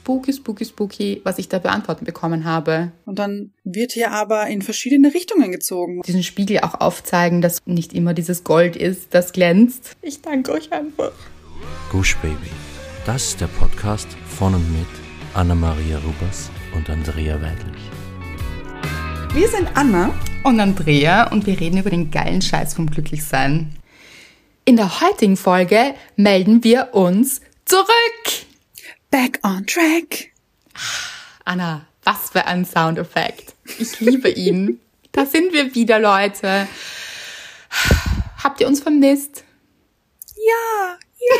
spooky, was ich da beantwortet bekommen habe. Und dann wird hier aber in verschiedene Richtungen gezogen. Diesen Spiegel auch aufzeigen, dass nicht immer dieses Gold ist, das glänzt. Ich danke euch einfach. Gush Baby. Das ist der Podcast von und mit Anna-Maria Rubers und Andrea Weidlich. Wir sind Anna und Andrea und wir reden über den geilen Scheiß vom Glücklichsein. In der heutigen Folge melden wir uns zurück. Back on track. Anna, was für ein Soundeffekt. Ich liebe ihn. Da sind wir wieder, Leute. Habt ihr uns vermisst? Ja.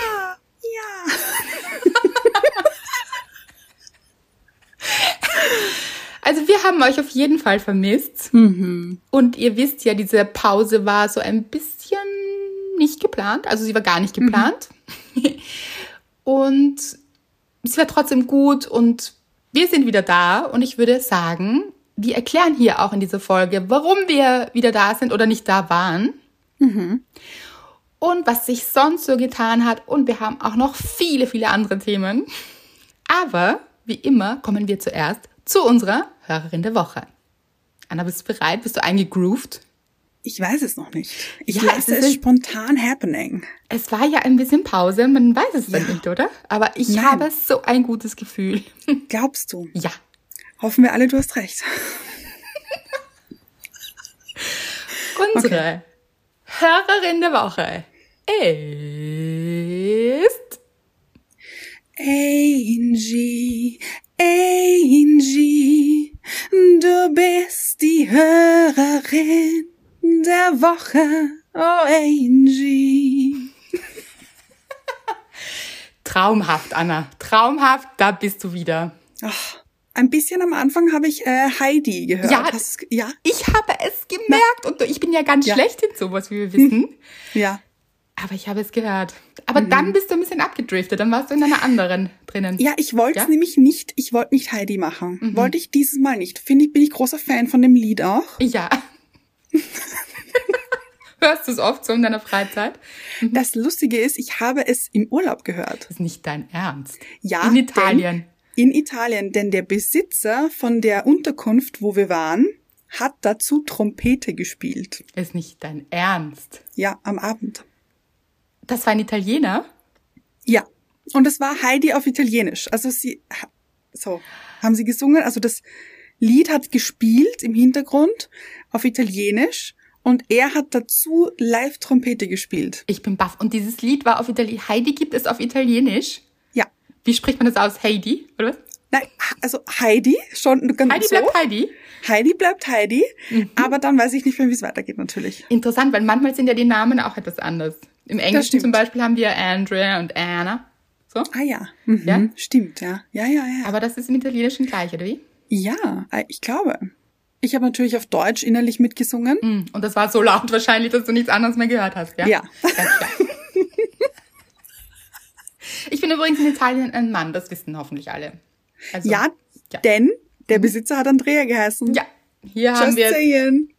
Also wir haben euch auf jeden Fall vermisst. Mhm. Und ihr wisst ja, diese Pause war so ein bisschen nicht geplant. Also sie war gar nicht geplant. Und es war trotzdem gut und wir sind wieder da. Und ich würde sagen, wir erklären hier auch in dieser Folge, warum wir wieder da sind oder nicht da waren. Mhm. Und was sich sonst so getan hat. Und wir haben auch noch viele, viele andere Themen. Aber wie immer kommen wir zuerst zu unserer Hörerin der Woche. Anna, bist du bereit? Bist du eingegroovt? Ich weiß es noch nicht. Ich lasse es spontan happening. Es war ja ein bisschen Pause, man weiß es dann nicht, oder? Aber ich habe so ein gutes Gefühl. Glaubst du? Ja. Hoffen wir alle, du hast recht. Unsere Hörerin der Woche ist Angie, du bist die Hörerin der Woche, oh Angie. Traumhaft, Anna, traumhaft, da bist du wieder. Ach, ein bisschen am Anfang habe ich Heidi gehört. Ja, ich habe es gemerkt und ich bin ja ganz schlecht in sowas, wie wir wissen. Ja. Aber ich habe es gehört. Aber dann bist du ein bisschen abgedriftet, dann warst du in einer anderen drinnen. Ja, ich wollte es nämlich nicht, ich wollte nicht Heidi machen. Wollte ich dieses Mal nicht. Bin ich großer Fan von dem Lied auch. Ja. Hörst du es oft so in deiner Freizeit? Das Lustige ist, ich habe es im Urlaub gehört. Das ist nicht dein Ernst. Ja. In Italien. In Italien, denn der Besitzer von der Unterkunft, wo wir waren, hat dazu Trompete gespielt. Ist nicht dein Ernst. Ja, am Abend. Das war ein Italiener? Ja. Und es war Heidi auf Italienisch. Also haben sie gesungen. Also das Lied hat gespielt im Hintergrund auf Italienisch und er hat dazu live Trompete gespielt. Ich bin baff. Und dieses Lied war auf Italienisch. Heidi gibt es auf Italienisch? Ja. Wie spricht man das aus? Heidi, oder was? Nein, also Heidi schon ganz Heidi so. bleibt Heidi? Heidi bleibt Heidi, aber dann weiß ich nicht mehr, wie es weitergeht natürlich. Interessant, weil manchmal sind ja die Namen auch etwas anders. Im Englischen zum Beispiel haben wir Andrea und Anna. So? Ah ja. Ja? Stimmt, ja. Ja. Aber das ist im Italienischen gleich, oder wie? Ja, ich glaube. Ich habe natürlich auf Deutsch innerlich mitgesungen. Und das war so laut wahrscheinlich, dass du nichts anderes mehr gehört hast, ja? Ja. Ganz klar. Ich bin übrigens in Italien ein Mann, das wissen hoffentlich alle. Also, ja, denn der Besitzer hat Andrea geheißen. Ja, hier haben wir... Saying.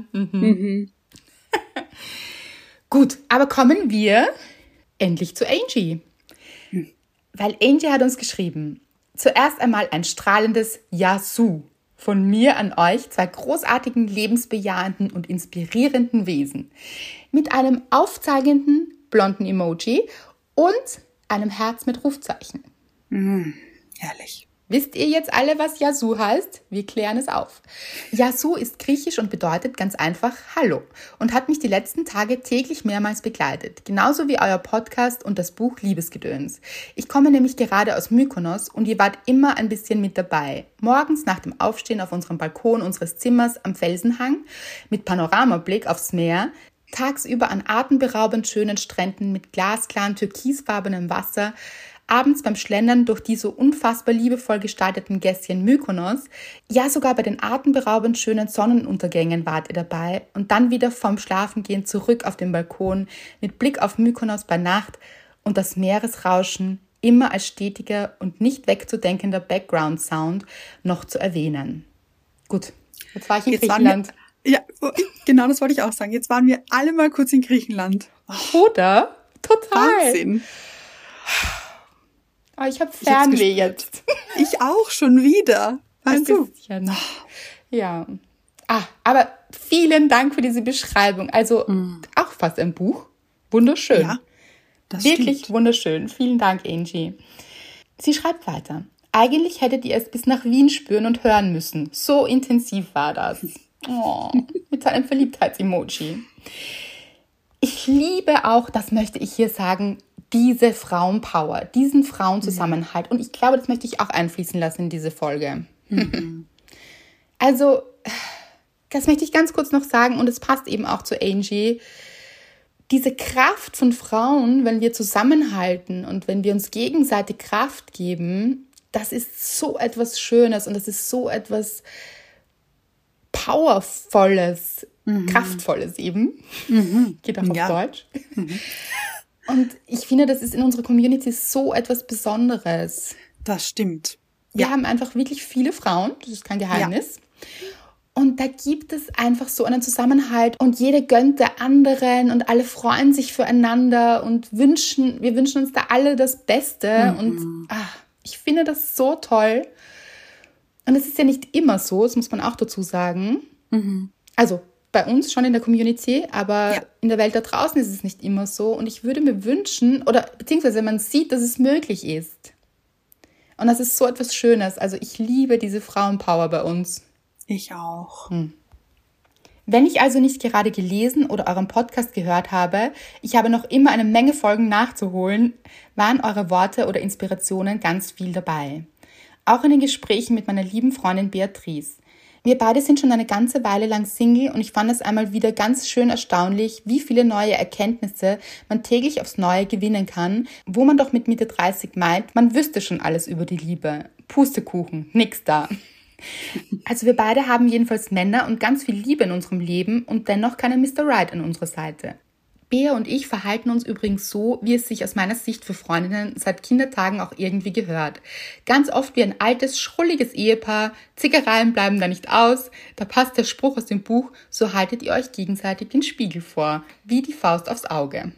Gut, aber kommen wir endlich zu Angie. Weil Angie hat uns geschrieben, zuerst einmal ein strahlendes Yasu von mir an euch, zwei großartigen, lebensbejahenden und inspirierenden Wesen. Mit einem aufzeigenden blonden Emoji und einem Herz mit Rufzeichen. Herrlich. Wisst ihr jetzt alle, was Yasu heißt? Wir klären es auf. Yasu ist griechisch und bedeutet ganz einfach Hallo und hat mich die letzten Tage täglich mehrmals begleitet. Genauso wie euer Podcast und das Buch Liebesgedöns. Ich komme nämlich gerade aus Mykonos und ihr wart immer ein bisschen mit dabei. Morgens nach dem Aufstehen auf unserem Balkon unseres Zimmers am Felsenhang mit Panoramablick aufs Meer, tagsüber an atemberaubend schönen Stränden mit glasklaren türkisfarbenem Wasser, abends beim Schlendern durch die so unfassbar liebevoll gestalteten Gässchen Mykonos, ja sogar bei den atemberaubend schönen Sonnenuntergängen wart ihr dabei und dann wieder vorm Schlafengehen zurück auf den Balkon mit Blick auf Mykonos bei Nacht und das Meeresrauschen immer als stetiger und nicht wegzudenkender Background-Sound noch zu erwähnen. Gut, jetzt war ich in Griechenland. Ja, genau, das wollte ich auch sagen. Jetzt waren wir alle mal kurz in Griechenland. Oder? Total. Wahnsinn. Oh, ich habe Fernweh jetzt. Ich auch schon wieder. Weißt du? Bisschen. Ja. Aber vielen Dank für diese Beschreibung. Also auch fast ein Buch. Wunderschön. Ja, das Wirklich stimmt. wunderschön. Vielen Dank, Angie. Sie schreibt weiter. Eigentlich hättet ihr es bis nach Wien spüren und hören müssen. So intensiv war das. Oh, mit seinem Verliebtheits-Emoji. Ich liebe auch, das möchte ich hier sagen, diese Frauenpower, diesen Frauenzusammenhalt. Und ich glaube, das möchte ich auch einfließen lassen in diese Folge. Also, das möchte ich ganz kurz noch sagen und es passt eben auch zu Angie. Diese Kraft von Frauen, wenn wir zusammenhalten und wenn wir uns gegenseitig Kraft geben, das ist so etwas Schönes und das ist so etwas Powervolles, Kraftvolles eben. Geht auch auf Deutsch. Und ich finde, das ist in unserer Community so etwas Besonderes. Das stimmt. Wir haben einfach wirklich viele Frauen, das ist kein Geheimnis. Ja. Und da gibt es einfach so einen Zusammenhalt und jede gönnt der anderen und alle freuen sich füreinander und wir wünschen uns da alle das Beste. Und ich finde das so toll. Und es ist ja nicht immer so, das muss man auch dazu sagen. Also bei uns schon in der Community, aber in der Welt da draußen ist es nicht immer so. Und ich würde mir wünschen, beziehungsweise man sieht, dass es möglich ist. Und das ist so etwas Schönes. Also ich liebe diese Frauenpower bei uns. Ich auch. Wenn ich also nicht gerade gelesen oder euren Podcast gehört habe, ich habe noch immer eine Menge Folgen nachzuholen, waren eure Worte oder Inspirationen ganz viel dabei. Auch in den Gesprächen mit meiner lieben Freundin Beatrice. Wir beide sind schon eine ganze Weile lang Single und ich fand es einmal wieder ganz schön erstaunlich, wie viele neue Erkenntnisse man täglich aufs Neue gewinnen kann, wo man doch mit Mitte 30 meint, man wüsste schon alles über die Liebe. Pustekuchen, nix da. Also wir beide haben jedenfalls Männer und ganz viel Liebe in unserem Leben und dennoch keinen Mr. Right an unserer Seite. Bea und ich verhalten uns übrigens so, wie es sich aus meiner Sicht für Freundinnen seit Kindertagen auch irgendwie gehört. Ganz oft wie ein altes, schrulliges Ehepaar, Zickereien bleiben da nicht aus, da passt der Spruch aus dem Buch, so haltet ihr euch gegenseitig den Spiegel vor, wie die Faust aufs Auge.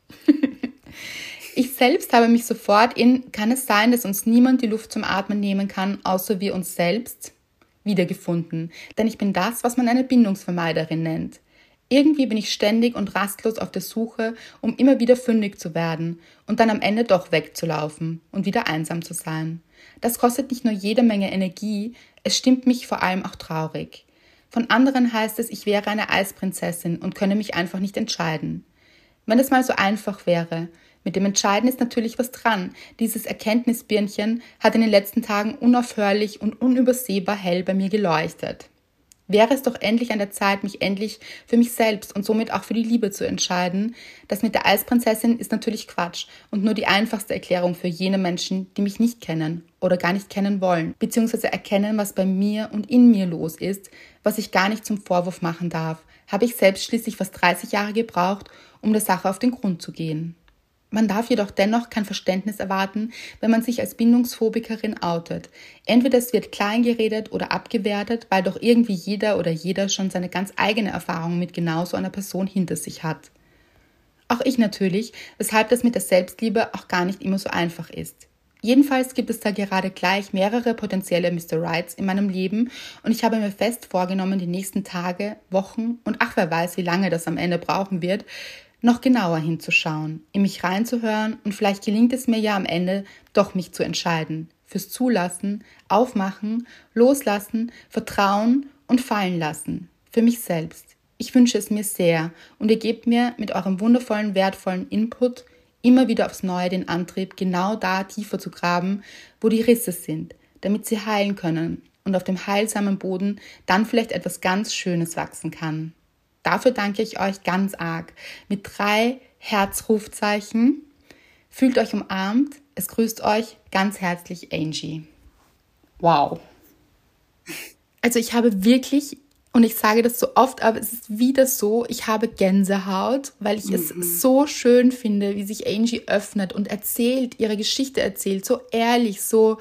Ich selbst habe mich sofort kann es sein, dass uns niemand die Luft zum Atmen nehmen kann, außer wir uns selbst, wiedergefunden. Denn ich bin das, was man eine Bindungsvermeiderin nennt. Irgendwie bin ich ständig und rastlos auf der Suche, um immer wieder fündig zu werden und dann am Ende doch wegzulaufen und wieder einsam zu sein. Das kostet nicht nur jede Menge Energie, es stimmt mich vor allem auch traurig. Von anderen heißt es, ich wäre eine Eisprinzessin und könne mich einfach nicht entscheiden. Wenn es mal so einfach wäre. Mit dem Entscheiden ist natürlich was dran. Dieses Erkenntnisbirnchen hat in den letzten Tagen unaufhörlich und unübersehbar hell bei mir geleuchtet. Wäre es doch endlich an der Zeit, mich endlich für mich selbst und somit auch für die Liebe zu entscheiden. Das mit der Eisprinzessin ist natürlich Quatsch und nur die einfachste Erklärung für jene Menschen, die mich nicht kennen oder gar nicht kennen wollen, beziehungsweise erkennen, was bei mir und in mir los ist, was ich gar nicht zum Vorwurf machen darf, habe ich selbst schließlich fast 30 Jahre gebraucht, um der Sache auf den Grund zu gehen. Man darf jedoch dennoch kein Verständnis erwarten, wenn man sich als Bindungsphobikerin outet. Entweder es wird kleingeredet oder abgewertet, weil doch irgendwie jeder oder jeder schon seine ganz eigene Erfahrung mit genau so einer Person hinter sich hat. Auch ich natürlich, weshalb das mit der Selbstliebe auch gar nicht immer so einfach ist. Jedenfalls gibt es da gerade gleich mehrere potenzielle Mr. Rights in meinem Leben und ich habe mir fest vorgenommen, die nächsten Tage, Wochen und ach wer weiß, wie lange das am Ende brauchen wird, noch genauer hinzuschauen, in mich reinzuhören und vielleicht gelingt es mir ja am Ende doch mich zu entscheiden. Fürs Zulassen, Aufmachen, Loslassen, Vertrauen und Fallen lassen. Für mich selbst. Ich wünsche es mir sehr und ihr gebt mir mit eurem wundervollen, wertvollen Input immer wieder aufs Neue den Antrieb, genau da tiefer zu graben, wo die Risse sind, damit sie heilen können und auf dem heilsamen Boden dann vielleicht etwas ganz Schönes wachsen kann. Dafür danke ich euch ganz arg. Mit 3 Herzrufzeichen. Fühlt euch umarmt. Es grüßt euch ganz herzlich Angie. Wow. Also ich habe wirklich, und ich sage das so oft, aber es ist wieder so, ich habe Gänsehaut, weil ich es so schön finde, wie sich Angie öffnet und erzählt, ihre Geschichte erzählt, so ehrlich, so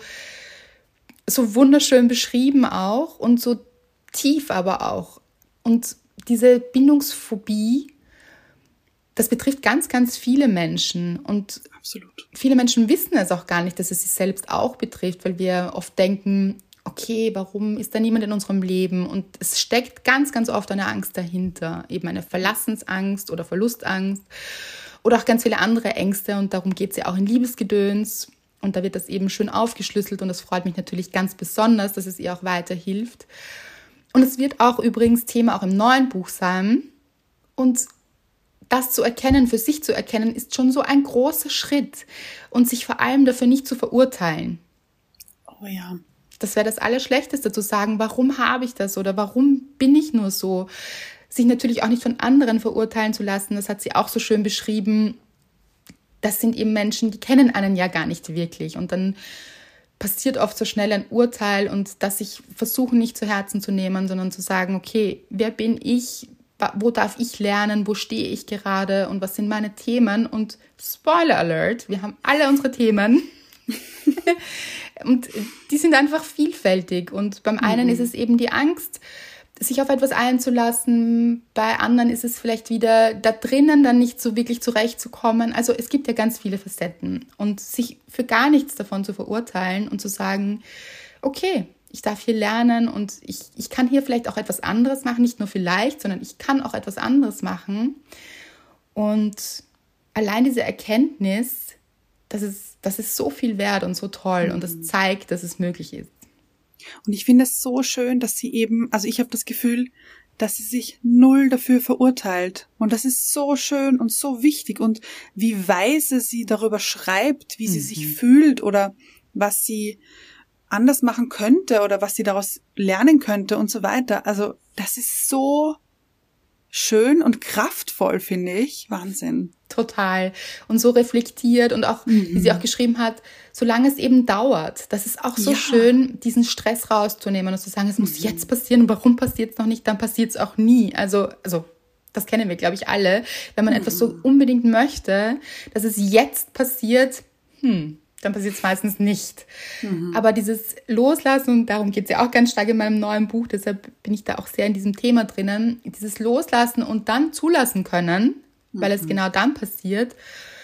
wunderschön beschrieben auch und so tief aber auch. Und diese Bindungsphobie, das betrifft ganz, ganz viele Menschen. Und Absolut. viele Menschen wissen es auch gar nicht, dass es sie selbst auch betrifft, weil wir oft denken, okay, warum ist da niemand in unserem Leben? Und es steckt ganz, ganz oft eine Angst dahinter, eben eine Verlassensangst oder Verlustangst oder auch ganz viele andere Ängste. Und darum geht es ja auch in Liebesgedöns. Und da wird das eben schön aufgeschlüsselt und das freut mich natürlich ganz besonders, dass es ihr auch weiterhilft. Und es wird auch übrigens Thema auch im neuen Buch sein. Und das zu erkennen, für sich zu erkennen, ist schon so ein großer Schritt. Und sich vor allem dafür nicht zu verurteilen. Oh ja. Das wäre das Allerschlechteste, zu sagen, warum habe ich das oder warum bin ich nur so? Sich natürlich auch nicht von anderen verurteilen zu lassen, das hat sie auch so schön beschrieben. Das sind eben Menschen, die kennen einen ja gar nicht wirklich. Und dann passiert oft so schnell ein Urteil und das sich versuchen nicht zu Herzen zu nehmen, sondern zu sagen, okay, wer bin ich? Wo darf ich lernen? Wo stehe ich gerade? Und was sind meine Themen? Und Spoiler Alert, wir haben alle unsere Themen. Und die sind einfach vielfältig. Und beim einen ist es eben die Angst, sich auf etwas einzulassen. Bei anderen ist es vielleicht wieder da drinnen dann nicht so wirklich zurechtzukommen. Also es gibt ja ganz viele Facetten. Und sich für gar nichts davon zu verurteilen und zu sagen, okay, ich darf hier lernen und ich kann hier vielleicht auch etwas anderes machen. Nicht nur vielleicht, sondern ich kann auch etwas anderes machen. Und allein diese Erkenntnis, das ist so viel wert und so toll und das zeigt, dass es möglich ist. Und ich finde es so schön, dass sie eben, also ich habe das Gefühl, dass sie sich null dafür verurteilt. Und das ist so schön und so wichtig. Und wie weise sie darüber schreibt, wie sie sich fühlt oder was sie anders machen könnte oder was sie daraus lernen könnte und so weiter. Also das ist so schön und kraftvoll, finde ich. Wahnsinn. Total. Und so reflektiert und auch, wie sie auch geschrieben hat, solange es eben dauert. Das ist auch so schön, diesen Stress rauszunehmen und zu sagen, es muss jetzt passieren. Und warum passiert es noch nicht? Dann passiert es auch nie. Also das kennen wir, glaube ich, alle. Wenn man etwas so unbedingt möchte, dass es jetzt passiert, dann passiert es meistens nicht. Aber dieses Loslassen, und darum geht es ja auch ganz stark in meinem neuen Buch, deshalb bin ich da auch sehr in diesem Thema drinnen, dieses Loslassen und dann zulassen können, weil es genau dann passiert,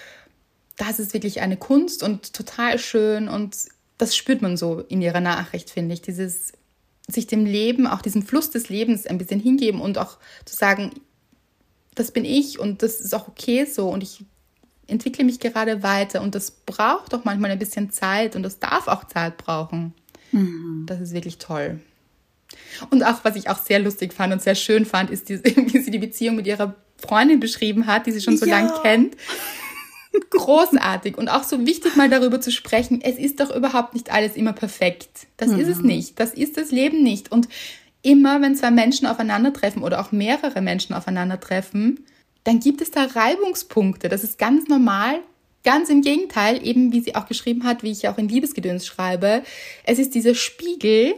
das ist wirklich eine Kunst und total schön und das spürt man so in ihrer Nachricht, finde ich, dieses sich dem Leben, auch diesem Fluss des Lebens ein bisschen hingeben und auch zu sagen, das bin ich und das ist auch okay so und ich entwickle mich gerade weiter und das braucht doch manchmal ein bisschen Zeit und das darf auch Zeit brauchen. Das ist wirklich toll. Und auch, was ich auch sehr lustig fand und sehr schön fand, ist, wie sie die Beziehung mit ihrer Freundin beschrieben hat, die sie schon so lange kennt. Großartig und auch so wichtig, mal darüber zu sprechen, es ist doch überhaupt nicht alles immer perfekt. Das ist es nicht. Das ist das Leben nicht. Und immer, wenn zwei Menschen aufeinandertreffen oder auch mehrere Menschen aufeinandertreffen, dann gibt es da Reibungspunkte. Das ist ganz normal. Ganz im Gegenteil, eben wie sie auch geschrieben hat, wie ich auch in Liebesgedöns schreibe, es ist dieser Spiegel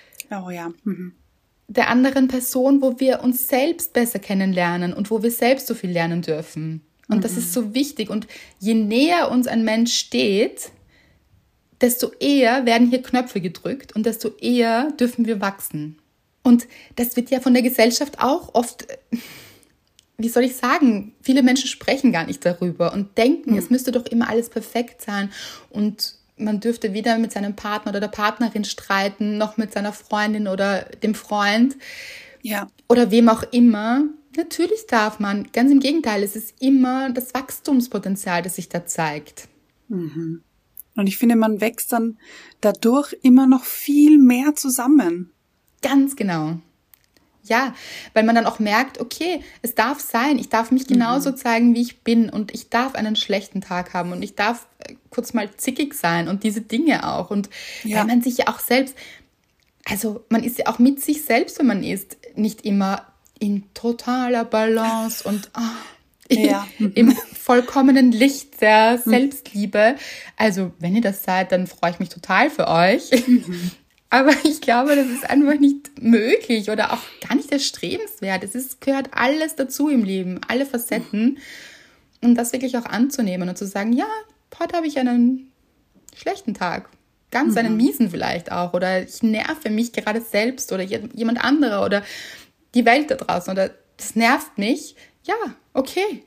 der anderen Person, wo wir uns selbst besser kennenlernen und wo wir selbst so viel lernen dürfen. Und das ist so wichtig. Und je näher uns ein Mensch steht, desto eher werden hier Knöpfe gedrückt und desto eher dürfen wir wachsen. Und das wird ja von der Gesellschaft auch oft, wie soll ich sagen, viele Menschen sprechen gar nicht darüber und denken, es müsste doch immer alles perfekt sein und man dürfte weder mit seinem Partner oder der Partnerin streiten, noch mit seiner Freundin oder dem Freund oder wem auch immer. Natürlich darf man, ganz im Gegenteil, es ist immer das Wachstumspotenzial, das sich da zeigt. Und ich finde, man wächst dann dadurch immer noch viel mehr zusammen. Ganz genau. Ja, weil man dann auch merkt, okay, es darf sein, ich darf mich genauso zeigen, wie ich bin und ich darf einen schlechten Tag haben und ich darf kurz mal zickig sein und diese Dinge auch. Und weil man sich ja auch selbst, also man ist ja auch mit sich selbst, wenn man ist, nicht immer in totaler Balance und im vollkommenen Licht der Selbstliebe. Also wenn ihr das seid, dann freue ich mich total für euch. Aber ich glaube, das ist einfach nicht möglich oder auch gar nicht erstrebenswert. Gehört alles dazu im Leben, alle Facetten. Und das wirklich auch anzunehmen und zu sagen, ja, heute habe ich einen schlechten Tag. Ganz einen miesen vielleicht auch. Oder ich nerve mich gerade selbst oder jemand anderer oder die Welt da draußen. Oder das nervt mich. Ja, okay.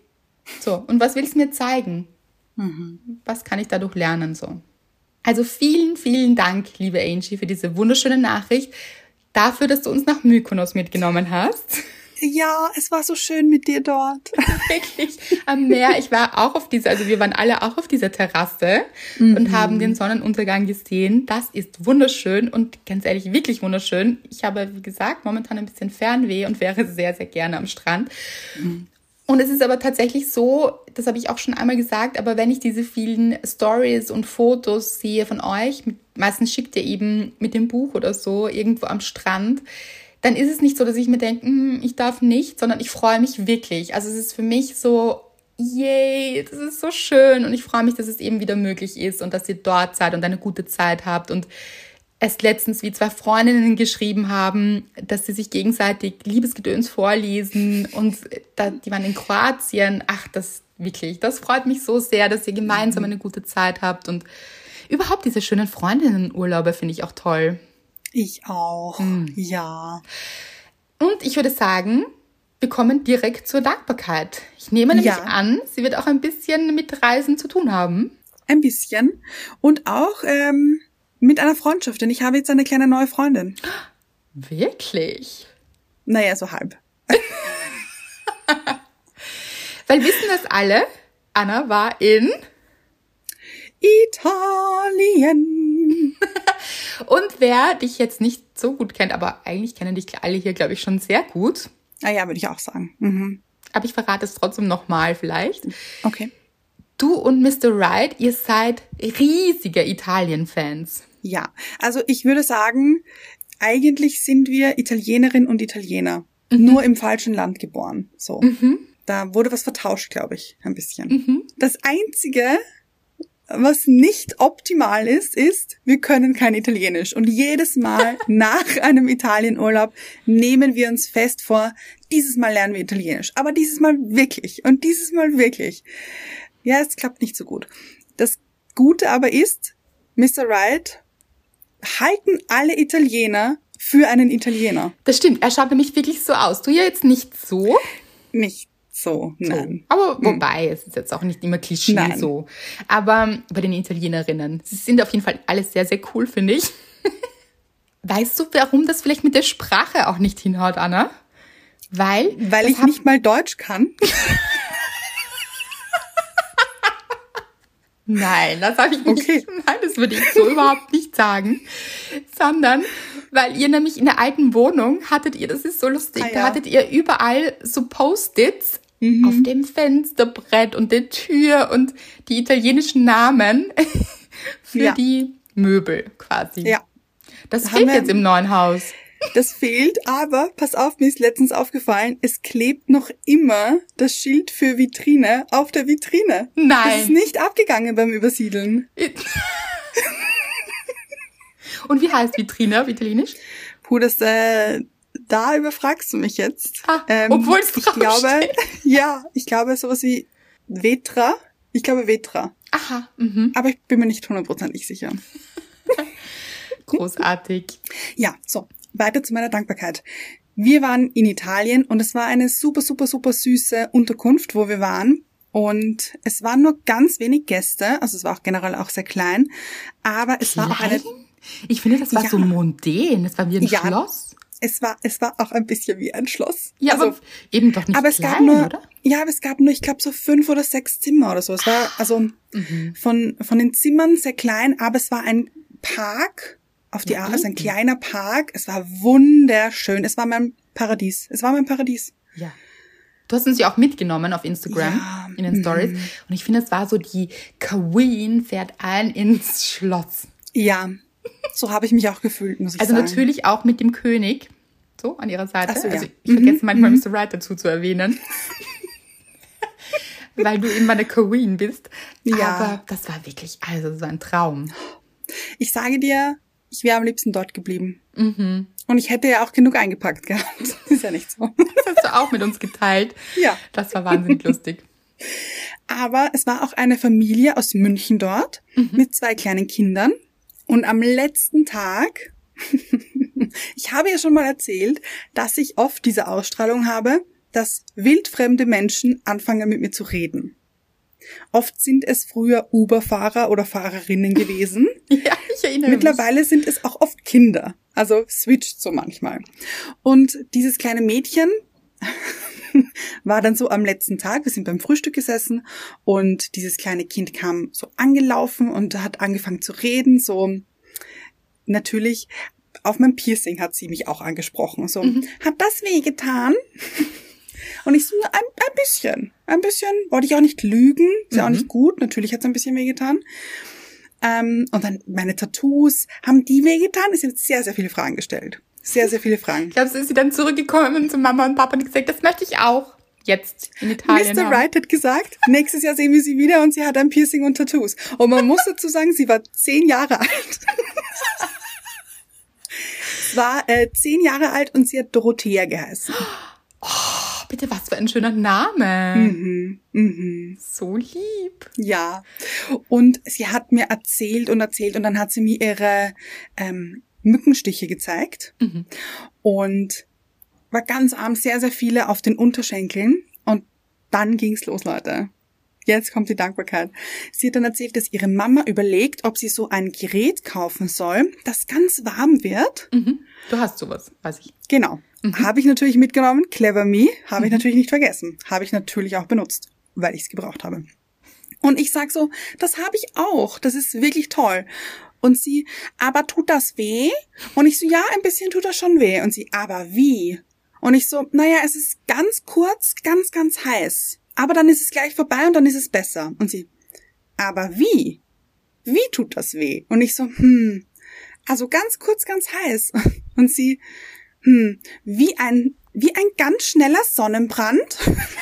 So, und was willst du mir zeigen? Was kann ich dadurch lernen? So. Also vielen, vielen Dank, liebe Angie, für diese wunderschöne Nachricht. Dafür, dass du uns nach Mykonos mitgenommen hast. Ja, es war so schön mit dir dort. Wirklich am Meer. Ich war auch auf dieser, also wir waren alle auch auf dieser Terrasse und haben den Sonnenuntergang gesehen. Das ist wunderschön und ganz ehrlich, wirklich wunderschön. Ich habe, wie gesagt, momentan ein bisschen Fernweh und wäre sehr, sehr gerne am Strand. Und es ist aber tatsächlich so, das habe ich auch schon einmal gesagt, aber wenn ich diese vielen Stories und Fotos sehe von euch, meistens schickt ihr eben mit dem Buch oder so irgendwo am Strand, dann ist es nicht so, dass ich mir denke, ich darf nicht, sondern ich freue mich wirklich. Also es ist für mich so, yay, das ist so schön und ich freue mich, dass es eben wieder möglich ist und dass ihr dort seid und eine gute Zeit habt und erst letztens wie 2 Freundinnen geschrieben haben, dass sie sich gegenseitig Liebesgedöns vorlesen und die waren in Kroatien. Ach, das freut mich so sehr, dass ihr gemeinsam eine gute Zeit habt und überhaupt diese schönen Freundinnenurlaube finde ich auch toll. Ich auch, ja. Und ich würde sagen, wir kommen direkt zur Dankbarkeit. Ich nehme nämlich an, sie wird auch ein bisschen mit Reisen zu tun haben. Ein bisschen. Und auch mit einer Freundschaft, denn ich habe jetzt eine kleine neue Freundin. Wirklich? Naja, so halb. Weil wissen das alle, Anna war in Italien. Und wer dich jetzt nicht so gut kennt, aber eigentlich kennen dich alle hier, glaube ich, schon sehr gut. Ah ja, würde ich auch sagen. Aber ich verrate es trotzdem nochmal vielleicht. Okay. Du und Mr. Right, ihr seid riesige Italien-Fans. Ja, also ich würde sagen, eigentlich sind wir Italienerinnen und Italiener. Nur im falschen Land geboren. So. Da wurde was vertauscht, glaube ich, ein bisschen. Das Einzige, was nicht optimal ist, wir können kein Italienisch. Und jedes Mal nach einem Italienurlaub nehmen wir uns fest vor, dieses Mal lernen wir Italienisch. Aber dieses Mal wirklich. Und dieses Mal wirklich. Ja, es klappt nicht so gut. Das Gute aber ist, Mr. Right halten alle Italiener für einen Italiener. Das stimmt, er schaut nämlich wirklich so aus. Du ja jetzt nicht so. Nicht so, nein. Aber wobei, es ist jetzt auch nicht immer Klischee so. Aber bei den Italienerinnen, sie sind auf jeden Fall alle sehr, sehr cool, finde ich. Weißt du, warum das vielleicht mit der Sprache auch nicht hinhaut, Anna? Weil ich nicht mal Deutsch kann. Nein, das habe ich nicht. Okay. Nein, das würde ich so überhaupt nicht sagen. Sondern, weil ihr nämlich in der alten Wohnung hattet ihr, das ist so lustig, da hattet ihr überall so Post-its auf dem Fensterbrett und der Tür und die italienischen Namen für die Möbel quasi. Ja. Das fehlt jetzt im neuen Haus. Das fehlt, aber pass auf, mir ist letztens aufgefallen, es klebt noch immer das Schild für Vitrine auf der Vitrine. Nein. Das ist nicht abgegangen beim Übersiedeln. Und wie heißt Vitrine auf Italienisch? Puh, da überfragst du mich jetzt. Obwohl es drauf steht. Ich glaube sowas wie Vetra. Ich glaube Vetra. Aha. Aber ich bin mir nicht 100% sicher. Großartig. Ja, so. Weiter zu meiner Dankbarkeit. Wir waren in Italien und es war eine super, super, super süße Unterkunft, wo wir waren. Und es waren nur ganz wenig Gäste, also es war auch generell auch sehr klein. Aber es war auch eine... Ich finde, das war so mondän. Es war wie ein Schloss. Es war auch ein bisschen wie ein Schloss. Ja, also, aber eben doch nicht aber es klein, gab nur, oder? Ja, aber es gab nur, ich glaube, so 5 oder 6 Zimmer oder so. Es war also von den Zimmern sehr klein, aber es war ein Park auf die Art, also ein kleiner Park. Es war wunderschön. Es war mein Paradies. Ja. Du hast uns ja auch mitgenommen auf Instagram in den Stories. Und ich finde, es war so, die Queen fährt ein ins Schloss. Ja, so habe ich mich auch gefühlt, muss ich sagen. Also natürlich auch mit dem König, so an ihrer Seite. Ach so, ja. Also ich vergesse manchmal Mr. Right dazu zu erwähnen. Weil du eben meine Queen bist. Ja. Aber das war wirklich, also so ein Traum. Ich sage dir, ich wäre am liebsten dort geblieben. Und ich hätte ja auch genug eingepackt gehabt. Ist ja nicht so. Das hast du auch mit uns geteilt. Ja. Das war wahnsinnig lustig. Aber es war auch eine Familie aus München dort mit 2 kleinen Kindern. Und am letzten Tag, ich habe ja schon mal erzählt, dass ich oft diese Ausstrahlung habe, dass wildfremde Menschen anfangen mit mir zu reden. Oft sind es früher Uber-Fahrer oder Fahrerinnen gewesen. Ja, ich erinnere mich. Mittlerweile sind es auch oft Kinder. Also switcht so manchmal. Und dieses kleine Mädchen war dann so am letzten Tag, wir sind beim Frühstück gesessen und dieses kleine Kind kam so angelaufen und hat angefangen zu reden, so natürlich auf mein Piercing hat sie mich auch angesprochen, so, hat das wehgetan? Und ich so, ein bisschen, wollte ich auch nicht lügen, ist ja auch nicht gut, natürlich hat es ein bisschen wehgetan. Und dann meine Tattoos, haben die wehgetan? Es sind sehr, sehr viele Fragen gestellt. Sehr, sehr viele Fragen. Ich glaube, so ist sie dann zurückgekommen zu Mama und Papa und gesagt, das möchte ich auch jetzt in Italien Mr. haben. Wright hat gesagt, nächstes Jahr sehen wir sie wieder und sie hat ein Piercing und Tattoos. Und man muss dazu sagen, sie war 10 Jahre alt. Es war 10 Jahre alt und sie hat Dorothea geheißen. Oh, bitte, was für ein schöner Name. So lieb. Ja. Und sie hat mir erzählt und dann hat sie mir ihre Mückenstiche gezeigt. Und war ganz arm, sehr, sehr viele auf den Unterschenkeln. Und dann ging's los, Leute. Jetzt kommt die Dankbarkeit. Sie hat dann erzählt, dass ihre Mama überlegt, ob sie so ein Gerät kaufen soll, das ganz warm wird. Du hast sowas, weiß ich. Genau. Habe ich natürlich mitgenommen. Clever me. Habe ich natürlich nicht vergessen. Habe ich natürlich auch benutzt, weil ich es gebraucht habe. Und ich sag so, das habe ich auch. Das ist wirklich toll. Und sie, aber tut das weh? Und ich so, ja, ein bisschen tut das schon weh. Und sie, aber wie? Und ich so, naja, es ist ganz kurz, ganz, ganz heiß. Aber dann ist es gleich vorbei und dann ist es besser. Und sie, aber wie? Wie tut das weh? Und ich so, also ganz kurz, ganz heiß. Und sie, wie ein ganz schneller Sonnenbrand.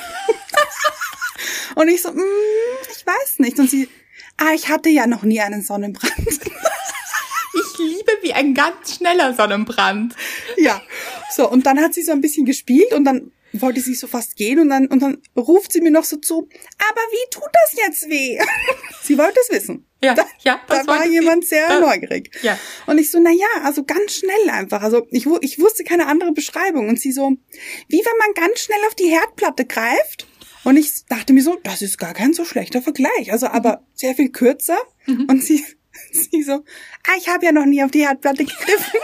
Und ich so, ich weiß nicht. Und sie, ich hatte ja noch nie einen Sonnenbrand. Ich liebe wie ein ganz schneller Sonnenbrand. Ja, so, und dann hat sie so ein bisschen gespielt und dann wollte sie so fast gehen und dann ruft sie mir noch so zu, aber wie tut das jetzt weh? Sie wollte es wissen. Ja, da war jemand sehr neugierig. Ja. Und ich so, also ganz schnell einfach. Also ich wusste keine andere Beschreibung. Und sie so, wie wenn man ganz schnell auf die Herdplatte greift. Und ich dachte mir so, das ist gar kein so schlechter Vergleich. Also aber sehr viel kürzer. Und sie so, ich habe ja noch nie auf die Herdplatte gegriffen.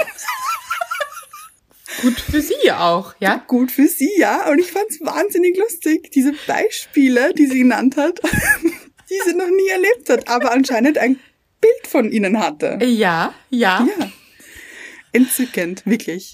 Gut für sie auch, ja? Gut für sie, ja. Und ich fand's wahnsinnig lustig, diese Beispiele, die sie genannt hat, die sie noch nie erlebt hat, aber anscheinend ein Bild von ihnen hatte. Ja. Ja. Entzückend, wirklich.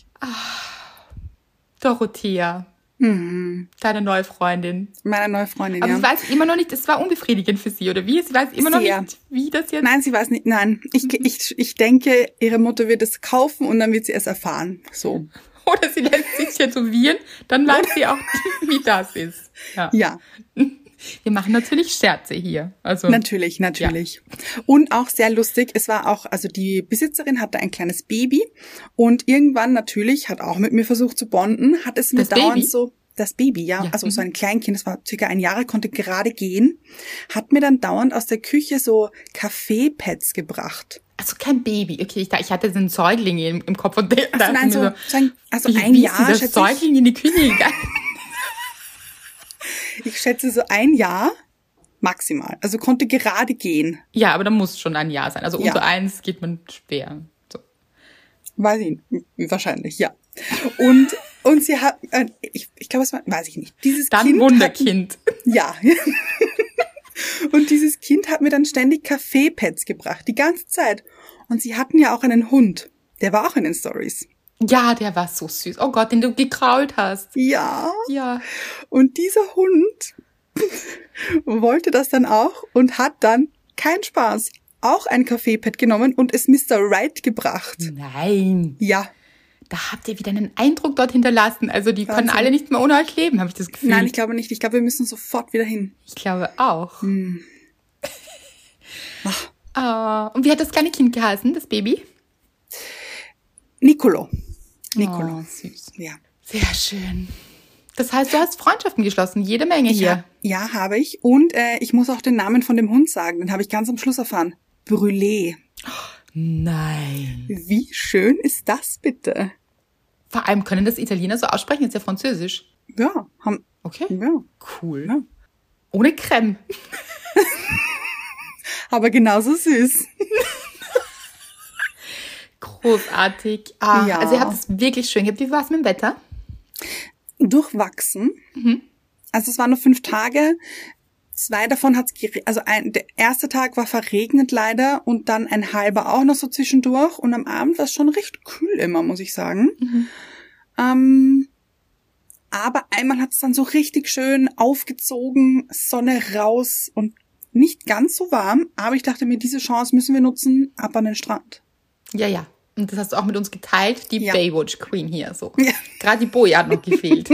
Dorothea. Deine neue Freundin. Meine neue Freundin, aber ja. sie weiß immer noch nicht, es war unbefriedigend für sie, oder wie? Sie weiß immer noch nicht, wie das jetzt... Nein, sie weiß nicht, nein. Ich denke, ihre Mutter wird es kaufen und dann wird sie es erfahren. So. Oder sie lässt sich tätowieren, dann weiß sie auch, wie das ist. Ja. Wir machen natürlich Scherze hier. Also Natürlich. Ja. Und auch sehr lustig, es war auch, also die Besitzerin hatte ein kleines Baby und irgendwann natürlich, hat auch mit mir versucht zu bonden, hat es mir dauernd so, das Baby, ja. Also so ein Kleinkind, das war circa 1 Jahr, konnte gerade gehen, hat mir dann dauernd aus der Küche so Kaffeepads gebracht. Also kein Baby, okay, ich hatte so einen Säugling im Kopf und also wie 1 Jahr, ist dieser Säugling in die Küche gegangen? Ich schätze so 1 Jahr maximal. Also konnte gerade gehen. Ja, aber da muss schon 1 Jahr sein. Also unter 1 geht man schwer. So. Weiß ich nicht. Wahrscheinlich, ja. Und sie hat, ich glaube, es war, weiß ich nicht. Dieses dann Kind Wunderkind. Ja. Und dieses Kind hat mir dann ständig Kaffeepads gebracht, die ganze Zeit. Und sie hatten ja auch einen Hund. Der war auch in den Stories. Ja, der war so süß. Oh Gott, den du gekrault hast. Ja. Ja. Und dieser Hund wollte das dann auch und hat dann, kein Spaß, auch ein Kaffeepad genommen und es Mr. Wright gebracht. Nein. Ja. Da habt ihr wieder einen Eindruck dort hinterlassen. Also die können alle nicht mehr ohne euch leben, habe ich das Gefühl. Nein, ich glaube nicht. Ich glaube, wir müssen sofort wieder hin. Ich glaube auch. Und wie hat das kleine Kind geheißen, das Baby? Nicolo. Oh, süß. Ja. Sehr schön. Das heißt, du hast Freundschaften geschlossen, jede Menge hier. Ja, habe ich. Und ich muss auch den Namen von dem Hund sagen. Den habe ich ganz am Schluss erfahren. Brûlé. Nein. Wie schön ist das bitte? Vor allem können das Italiener so aussprechen, ist ja Französisch. Ja, Okay, ja. cool. Ja. Ohne Creme. Aber genauso süß. Großartig. Ja. Also ihr habt es wirklich schön gehabt. Wie war es mit dem Wetter? Durchwachsen. Also es waren nur 5 Tage. 2 davon hat's geregnet. Also der erste Tag war verregnet leider und dann ein halber auch noch so zwischendurch. Und am Abend war es schon recht kühl immer, muss ich sagen. Aber einmal hat's dann so richtig schön aufgezogen, Sonne raus und nicht ganz so warm. Aber ich dachte mir, diese Chance müssen wir nutzen, ab an den Strand. Ja. Und das hast du auch mit uns geteilt, die Ja. Baywatch Queen hier. So. Ja. Gerade die Boje hat noch gefehlt.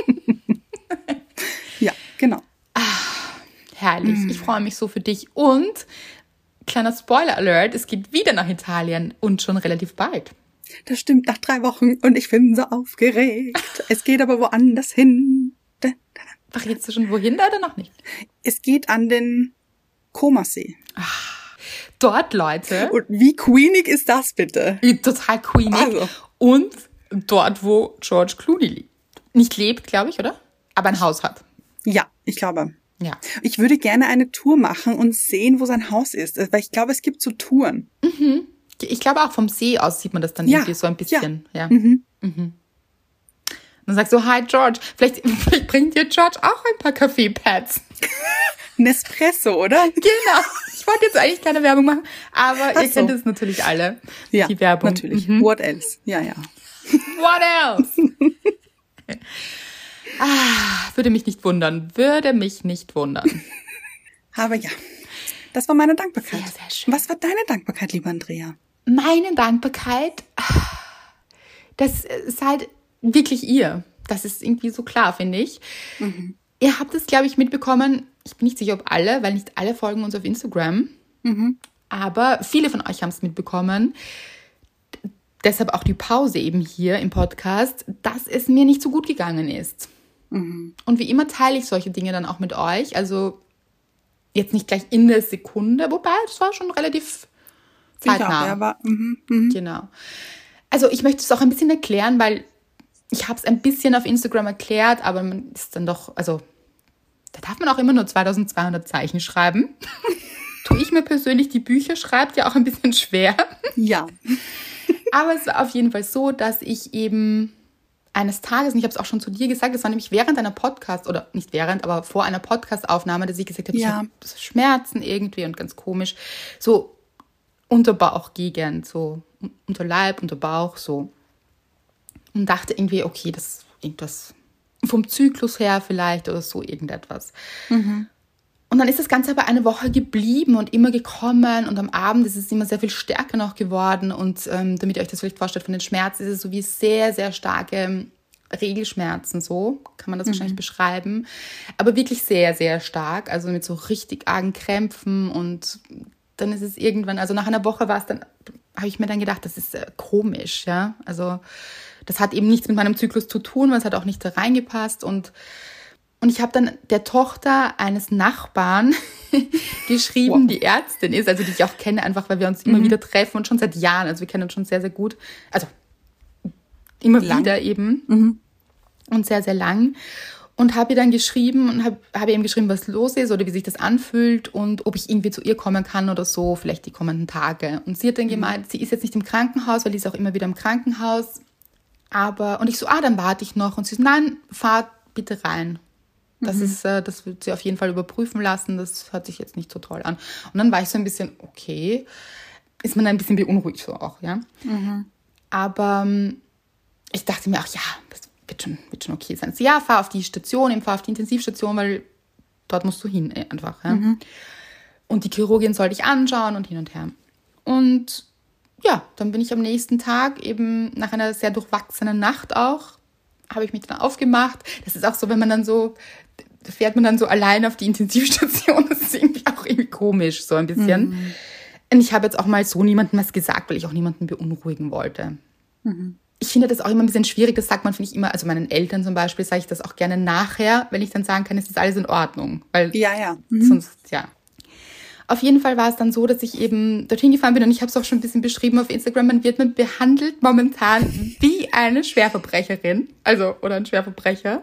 Ja, genau. Herrlich. Ich freue mich so für dich. Und, kleiner Spoiler-Alert, es geht wieder nach Italien und schon relativ bald. Das stimmt, nach 3 Wochen und ich bin so aufgeregt. Es geht aber woanders hin. Verrätst du schon wohin oder noch nicht? Es geht an den Comersee. Dort, Leute, Und wie queenig ist das bitte? total queenig. Also. Und dort, wo George Clooney lebt. Nicht lebt, glaube ich, oder? Aber ein Haus hat. Ja, ich glaube. Ja. Ich würde gerne eine Tour machen und sehen, wo sein Haus ist. Weil ich glaube, es gibt so Touren. Ich glaube, auch vom See aus sieht man das dann Ja, irgendwie so ein bisschen. Ja. Mhm. Dann sagst du, hi George. Vielleicht bringt dir George auch ein paar Kaffeepads. Nespresso, oder? Genau. Ich wollte jetzt eigentlich keine Werbung machen, aber ihr so. kennt es natürlich alle. Ja, die Werbung. natürlich. What else? Ja. What else? Würde mich nicht wundern. Aber ja, das war meine Dankbarkeit. Sehr, sehr schön. Was war deine Dankbarkeit, liebe Andrea? Meine Dankbarkeit, das ist halt wirklich ihr. Das ist irgendwie so klar, finde ich. Ihr habt es, glaube ich, mitbekommen. Ich bin nicht sicher, ob alle, weil nicht alle folgen uns auf Instagram. Aber viele von euch haben es mitbekommen. Deshalb auch die Pause eben hier im Podcast, dass es mir nicht so gut gegangen ist. Und wie immer teile ich solche Dinge dann auch mit euch. Also jetzt nicht gleich in der Sekunde, wobei es war schon relativ zeitnah. Ja, war, Genau. Also ich möchte es auch ein bisschen erklären, weil ich habe es ein bisschen auf Instagram erklärt, aber man ist dann doch, also da darf man auch immer nur 2200 Zeichen schreiben. Tue ich mir persönlich, die Bücher schreibt ja auch ein bisschen schwer. Ja. Aber es war auf jeden Fall so, dass ich eben eines Tages, und ich habe es auch schon zu dir gesagt, das war nämlich während einer Podcast, oder nicht während, aber vor einer Podcast-Aufnahme, dass ich gesagt habe, ich habe so Schmerzen irgendwie und ganz komisch, so unter Bauchgegend, so unter Leib, unter Bauch, so. Und dachte irgendwie, okay, das ist irgendwas vom Zyklus her vielleicht oder so irgendetwas. Und dann ist das Ganze aber eine Woche geblieben und immer gekommen und am Abend ist es immer sehr viel stärker noch geworden und damit ihr euch das vielleicht vorstellt von den Schmerzen, ist es so wie sehr, sehr starke Regelschmerzen, so kann man das wahrscheinlich beschreiben, aber wirklich sehr, sehr stark, also mit so richtig argen Krämpfen und dann ist es irgendwann, also nach einer Woche war es dann, habe ich mir dann gedacht, das ist komisch, ja, also das hat eben nichts mit meinem Zyklus zu tun, weil es hat auch nicht da reingepasst und ich habe dann der Tochter eines Nachbarn geschrieben, die Ärztin ist, also die ich auch kenne, einfach weil wir uns immer wieder treffen und schon seit Jahren, also wir kennen uns schon sehr, sehr gut, also immer wieder eben und sehr, sehr lang und habe ihr dann geschrieben und habe ihr eben geschrieben, was los ist oder wie sich das anfühlt und ob ich irgendwie zu ihr kommen kann oder so, vielleicht die kommenden Tage. Und sie hat dann gemeint, sie ist jetzt nicht im Krankenhaus, weil die ist auch immer wieder im Krankenhaus, aber, und ich so, dann warte ich noch und sie so, nein, fahr bitte rein. Das ist, das wird sie auf jeden Fall überprüfen lassen. Das hört sich jetzt nicht so toll an. Und dann war ich so ein bisschen, okay, ist man ein bisschen beunruhigt so auch, ja. Aber ich dachte mir auch, ja, das wird schon okay sein. So, ja, fahr auf die Station, fahr auf die Intensivstation, weil dort musst du hin einfach, ja. Und die Chirurgin soll dich anschauen und hin und her. Und ja, dann bin ich am nächsten Tag eben nach einer sehr durchwachsenen Nacht auch, habe ich mich dann aufgemacht. Das ist auch so, wenn man dann so, fährt man dann so allein auf die Intensivstation. Das ist irgendwie auch irgendwie komisch, so ein bisschen. Und ich habe jetzt auch mal so niemandem was gesagt, weil ich auch niemanden beunruhigen wollte. Ich finde das auch immer ein bisschen schwierig. Das sagt man, finde ich immer, also meinen Eltern zum Beispiel, sage ich das auch gerne nachher, wenn ich dann sagen kann, es ist alles in Ordnung. Weil Ja. sonst, ja. Auf jeden Fall war es dann so, dass ich eben dorthin gefahren bin und ich habe es auch schon ein bisschen beschrieben auf Instagram. Man wird behandelt momentan wie eine Schwerverbrecherin, also oder ein Schwerverbrecher.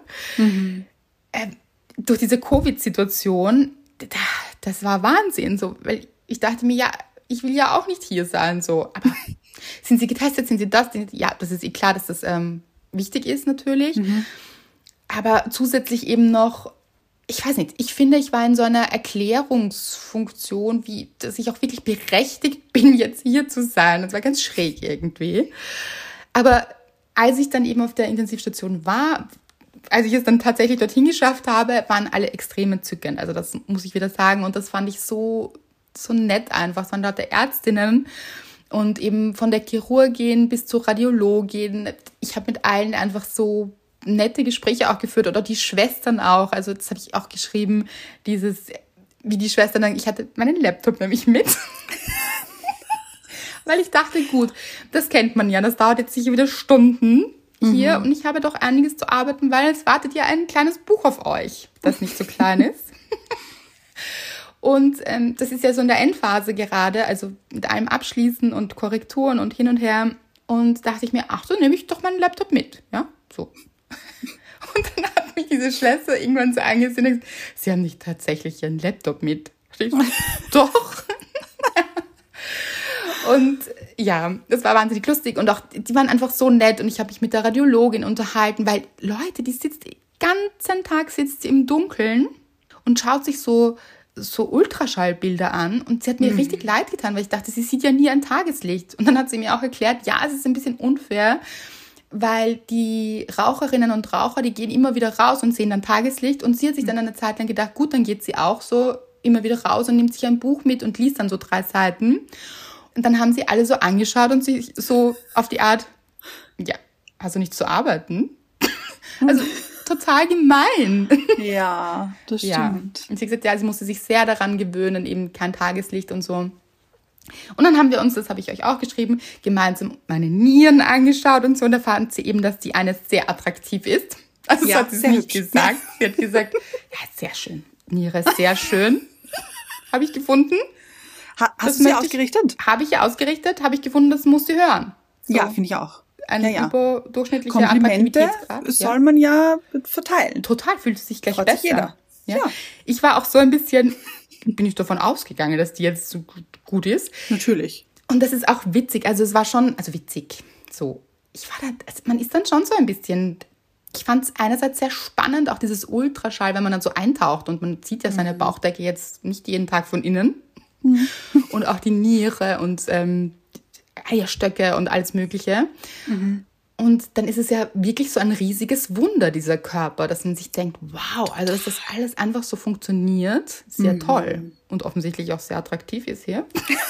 Durch diese Covid-Situation, das war Wahnsinn, so, weil ich dachte mir, ja, ich will ja auch nicht hier sein, so, aber sind Sie getestet, sind Sie das? Ja, das ist klar, dass das wichtig ist natürlich, aber zusätzlich eben noch, ich weiß nicht, ich finde, ich war in so einer Erklärungsfunktion, wie, dass ich auch wirklich berechtigt bin, jetzt hier zu sein. Das war ganz schräg irgendwie. Aber als ich dann eben auf der Intensivstation war, als ich es dann tatsächlich dorthin geschafft habe, waren alle extrem entzückend. Also das muss ich wieder sagen. Und das fand ich so nett einfach. Es waren dort Ärztinnen und eben von der Chirurgin bis zur Radiologin. Ich habe mit allen einfach so nette Gespräche auch geführt oder die Schwestern auch. Also das habe ich auch geschrieben, wie die Schwestern dann, ich hatte meinen Laptop nämlich mit. Weil ich dachte, gut, das kennt man ja, das dauert jetzt sicher wieder Stunden hier und ich habe doch einiges zu arbeiten, weil es wartet ja ein kleines Buch auf euch, das nicht so klein ist. Und das ist ja so in der Endphase gerade, also mit allem Abschließen und Korrekturen und hin und her. Und dachte ich mir, ach so, nehme ich doch meinen Laptop mit, ja, so. Und dann hat mich diese Schwester irgendwann so angesehen und gesagt, Sie haben nicht tatsächlich Ihren Laptop mit. Doch. Und ja, das war wahnsinnig lustig und auch, die waren einfach so nett und ich habe mich mit der Radiologin unterhalten, weil Leute, die sitzt den ganzen Tag sitzt sie im Dunkeln und schaut sich so Ultraschallbilder an und sie hat mir richtig leid getan, weil ich dachte, sie sieht ja nie ein Tageslicht. Und dann hat sie mir auch erklärt, ja, es ist ein bisschen unfair, weil die Raucherinnen und Raucher, die gehen immer wieder raus und sehen dann Tageslicht. Und sie hat sich dann eine Zeit lang gedacht, gut, dann geht sie auch so immer wieder raus und nimmt sich ein Buch mit und liest dann so 3 Seiten. Und dann haben sie alle so angeschaut und sich so auf die Art, ja, hast du nicht zu arbeiten? Also total gemein. Ja, das stimmt. Ja. Und sie hat gesagt, ja, sie musste sich sehr daran gewöhnen, eben kein Tageslicht und so. Und dann haben wir uns, das habe ich euch auch geschrieben, gemeinsam meine Nieren angeschaut und so. Und da fand sie eben, dass die eine sehr attraktiv ist. Also das hat sie nicht gesagt. Sie hat gesagt, ja, sehr schön. Niere ist sehr schön. Habe ich gefunden. Hast du sie ausgerichtet? Habe ich ausgerichtet, habe ich gefunden, das muss sie hören. So. Ja, finde ich auch. Ein überdurchschnittlicher Komplimente Attraktivitätsgrad. Soll man ja verteilen. Total, fühlt sich gleich Freut besser. sich jeder. Ja. Ich war auch so ein bisschen, bin ich davon ausgegangen, dass die jetzt so gut ist. Natürlich. Und das ist auch witzig. Also es war schon, also witzig. So, ich war da, also man ist dann schon so ein bisschen, ich fand es einerseits sehr spannend, auch dieses Ultraschall, wenn man dann so eintaucht und man sieht ja seine Bauchdecke jetzt nicht jeden Tag von innen. Und auch die Niere und Eierstöcke und alles Mögliche. Und dann ist es ja wirklich so ein riesiges Wunder, dieser Körper, dass man sich denkt, wow, also dass das alles einfach so funktioniert, sehr toll. Und offensichtlich auch sehr attraktiv ist hier.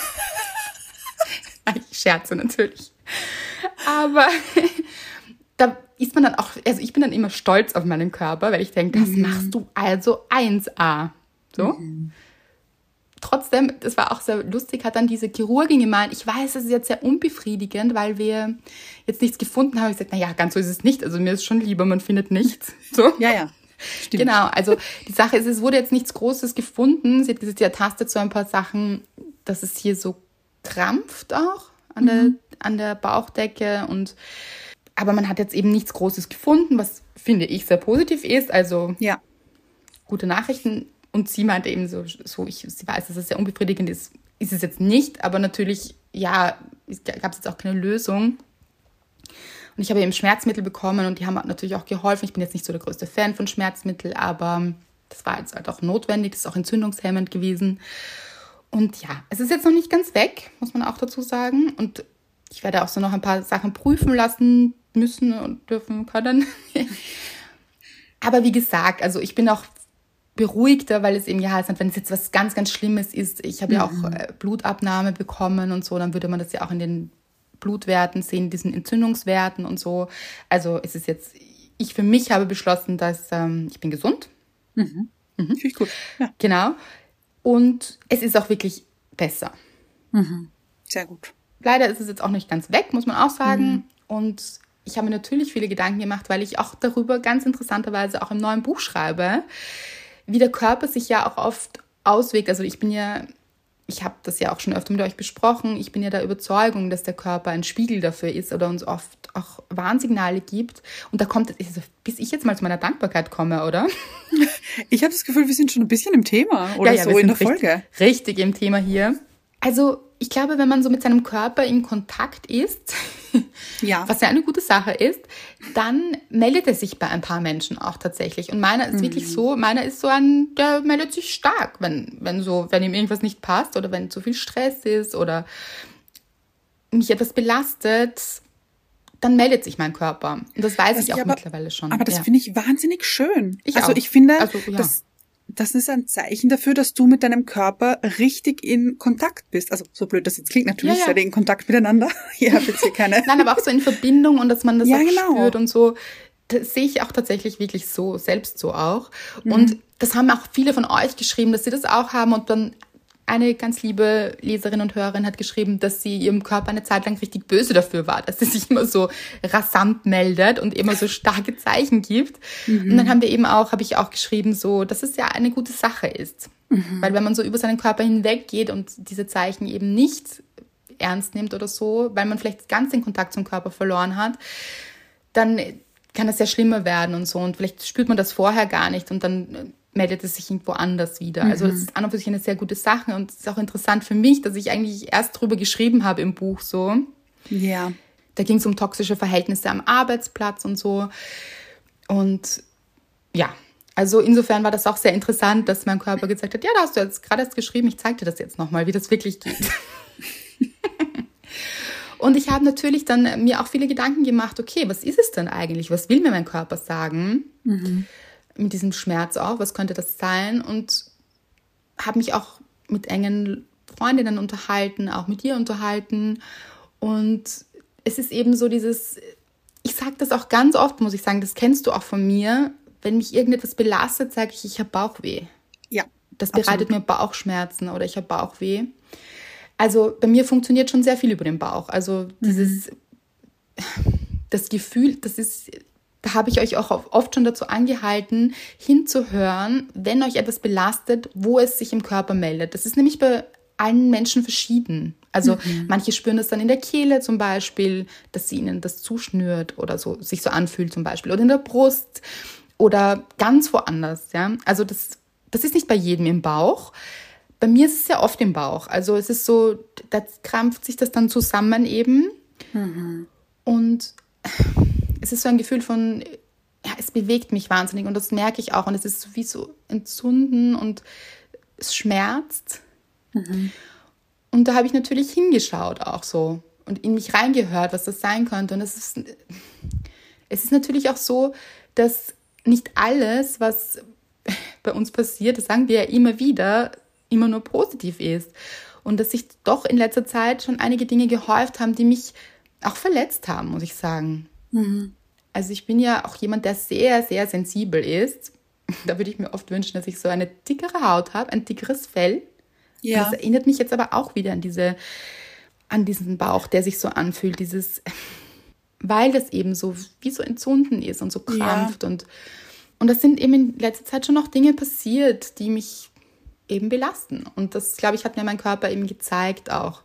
Ich scherze natürlich. Aber da ist man dann auch, also ich bin dann immer stolz auf meinen Körper, weil ich denke, das machst du also 1A. So. Trotzdem, das war auch sehr lustig, hat dann diese Chirurgin gemeint, ich weiß, das ist jetzt sehr unbefriedigend, weil wir jetzt nichts gefunden haben. Ich gesagt, naja, ganz so ist es nicht. Also mir ist schon lieber, man findet nichts. So. Ja, stimmt. Genau, also die Sache ist, es wurde jetzt nichts Großes gefunden. Sie hat gesagt, sie ertastet so ein paar Sachen, dass es hier so krampft auch an der Bauchdecke. Aber man hat jetzt eben nichts Großes gefunden, was, finde ich, sehr positiv ist. Also gute Nachrichten. Und sie meinte eben sie weiß, dass es sehr unbefriedigend ist. Ist es jetzt nicht, aber natürlich, ja, gab es jetzt auch keine Lösung. Und ich habe eben Schmerzmittel bekommen und die haben natürlich auch geholfen. Ich bin jetzt nicht so der größte Fan von Schmerzmitteln, aber das war jetzt halt auch notwendig. Das ist auch entzündungshemmend gewesen. Und ja, es ist jetzt noch nicht ganz weg, muss man auch dazu sagen. Und ich werde auch so noch ein paar Sachen prüfen lassen müssen und dürfen können. Aber wie gesagt, also ich bin auch beruhigter, weil es eben heißt, wenn es jetzt was ganz, ganz Schlimmes ist, ich habe ja auch Blutabnahme bekommen und so, dann würde man das ja auch in den Blutwerten sehen, diesen Entzündungswerten und so. Also es ist jetzt, ich für mich habe beschlossen, dass ich bin gesund. Finde ich gut. Ja. Genau. Und es ist auch wirklich besser. Sehr gut. Leider ist es jetzt auch nicht ganz weg, muss man auch sagen. Und ich habe mir natürlich viele Gedanken gemacht, weil ich auch darüber ganz interessanterweise auch im neuen Buch schreibe, wie der Körper sich ja auch oft auswirkt. Also ich bin ja ich habe das ja auch schon öfter mit euch besprochen, ich bin ja der Überzeugung, dass der Körper ein Spiegel dafür ist oder uns oft auch Warnsignale gibt. Und da kommt, bis ich jetzt mal zu meiner Dankbarkeit komme, oder? Ich habe das Gefühl, wir sind schon ein bisschen im Thema oder so in der Folge. Richtig im Thema hier. Also ich glaube, wenn man so mit seinem Körper in Kontakt ist, was ja eine gute Sache ist, dann meldet er sich bei ein paar Menschen auch tatsächlich. Und meiner ist wirklich so, der meldet sich stark, wenn ihm irgendwas nicht passt oder wenn zu viel Stress ist oder mich etwas belastet, dann meldet sich mein Körper. Und das weiß ich auch mittlerweile schon. Aber das finde ich wahnsinnig schön. Ich finde, finde, das ist ein Zeichen dafür, dass du mit deinem Körper richtig in Kontakt bist. Also so blöd das jetzt klingt, natürlich seid ihr in Kontakt miteinander. Ihr habt jetzt hier keine... Nein, aber auch so in Verbindung und dass man das auch spürt und so. Das sehe ich auch tatsächlich wirklich so, selbst so auch. Und das haben auch viele von euch geschrieben, dass sie das auch haben. Und dann eine ganz liebe Leserin und Hörerin hat geschrieben, dass sie ihrem Körper eine Zeit lang richtig böse dafür war, dass sie sich immer so rasant meldet und immer so starke Zeichen gibt. Und dann habe ich auch geschrieben, so, dass es ja eine gute Sache ist. Weil wenn man so über seinen Körper hinweggeht und diese Zeichen eben nicht ernst nimmt oder so, weil man vielleicht ganz den Kontakt zum Körper verloren hat, dann kann das ja schlimmer werden und so. Und vielleicht spürt man das vorher gar nicht und dann meldet es sich irgendwo anders wieder. Also das ist an und für sich eine sehr gute Sache und es ist auch interessant für mich, dass ich eigentlich erst drüber geschrieben habe im Buch so. Ja. Da ging es um toxische Verhältnisse am Arbeitsplatz und so. Und ja, also insofern war das auch sehr interessant, dass mein Körper gesagt hat, ja, da hast du jetzt gerade erst geschrieben, ich zeige dir das jetzt nochmal, wie das wirklich geht. Und ich habe natürlich dann mir auch viele Gedanken gemacht, okay, was ist es denn eigentlich? Was will mir mein Körper sagen? Mit diesem Schmerz auch, was könnte das sein? Und habe mich auch mit engen Freundinnen unterhalten, auch mit dir unterhalten. Und es ist eben so dieses, ich sage das auch ganz oft, muss ich sagen, das kennst du auch von mir, wenn mich irgendetwas belastet, sage ich habe Bauchweh. Ja. Das bereitet mir Bauchschmerzen oder ich habe Bauchweh. Also bei mir funktioniert schon sehr viel über den Bauch. Also das Gefühl, da habe ich euch auch oft schon dazu angehalten, hinzuhören, wenn euch etwas belastet, wo es sich im Körper meldet. Das ist nämlich bei allen Menschen verschieden. Also manche spüren das dann in der Kehle zum Beispiel, dass sie ihnen das zuschnürt oder so sich so anfühlt zum Beispiel. Oder in der Brust oder ganz woanders. Ja? Also das ist nicht bei jedem im Bauch. Bei mir ist es sehr oft im Bauch. Also es ist so, da krampft sich das dann zusammen eben. Und es ist so ein Gefühl von, ja, es bewegt mich wahnsinnig und das merke ich auch. Und es ist wie so entzünden und es schmerzt. Und da habe ich natürlich hingeschaut auch so und in mich reingehört, was das sein könnte. Und es ist natürlich auch so, dass nicht alles, was bei uns passiert, das sagen wir ja immer wieder, immer nur positiv ist. Und dass sich doch in letzter Zeit schon einige Dinge gehäuft haben, die mich auch verletzt haben, muss ich sagen. Also ich bin ja auch jemand, der sehr, sehr sensibel ist. Da würde ich mir oft wünschen, dass ich so eine dickere Haut habe, ein dickeres Fell. Ja. Das erinnert mich jetzt aber auch wieder an diesen Bauch, der sich so anfühlt, weil das eben so wie so entzünden ist und so krampft. Ja. Und das sind eben in letzter Zeit schon noch Dinge passiert, die mich eben belasten. Und das, glaube ich, hat mir mein Körper eben gezeigt auch.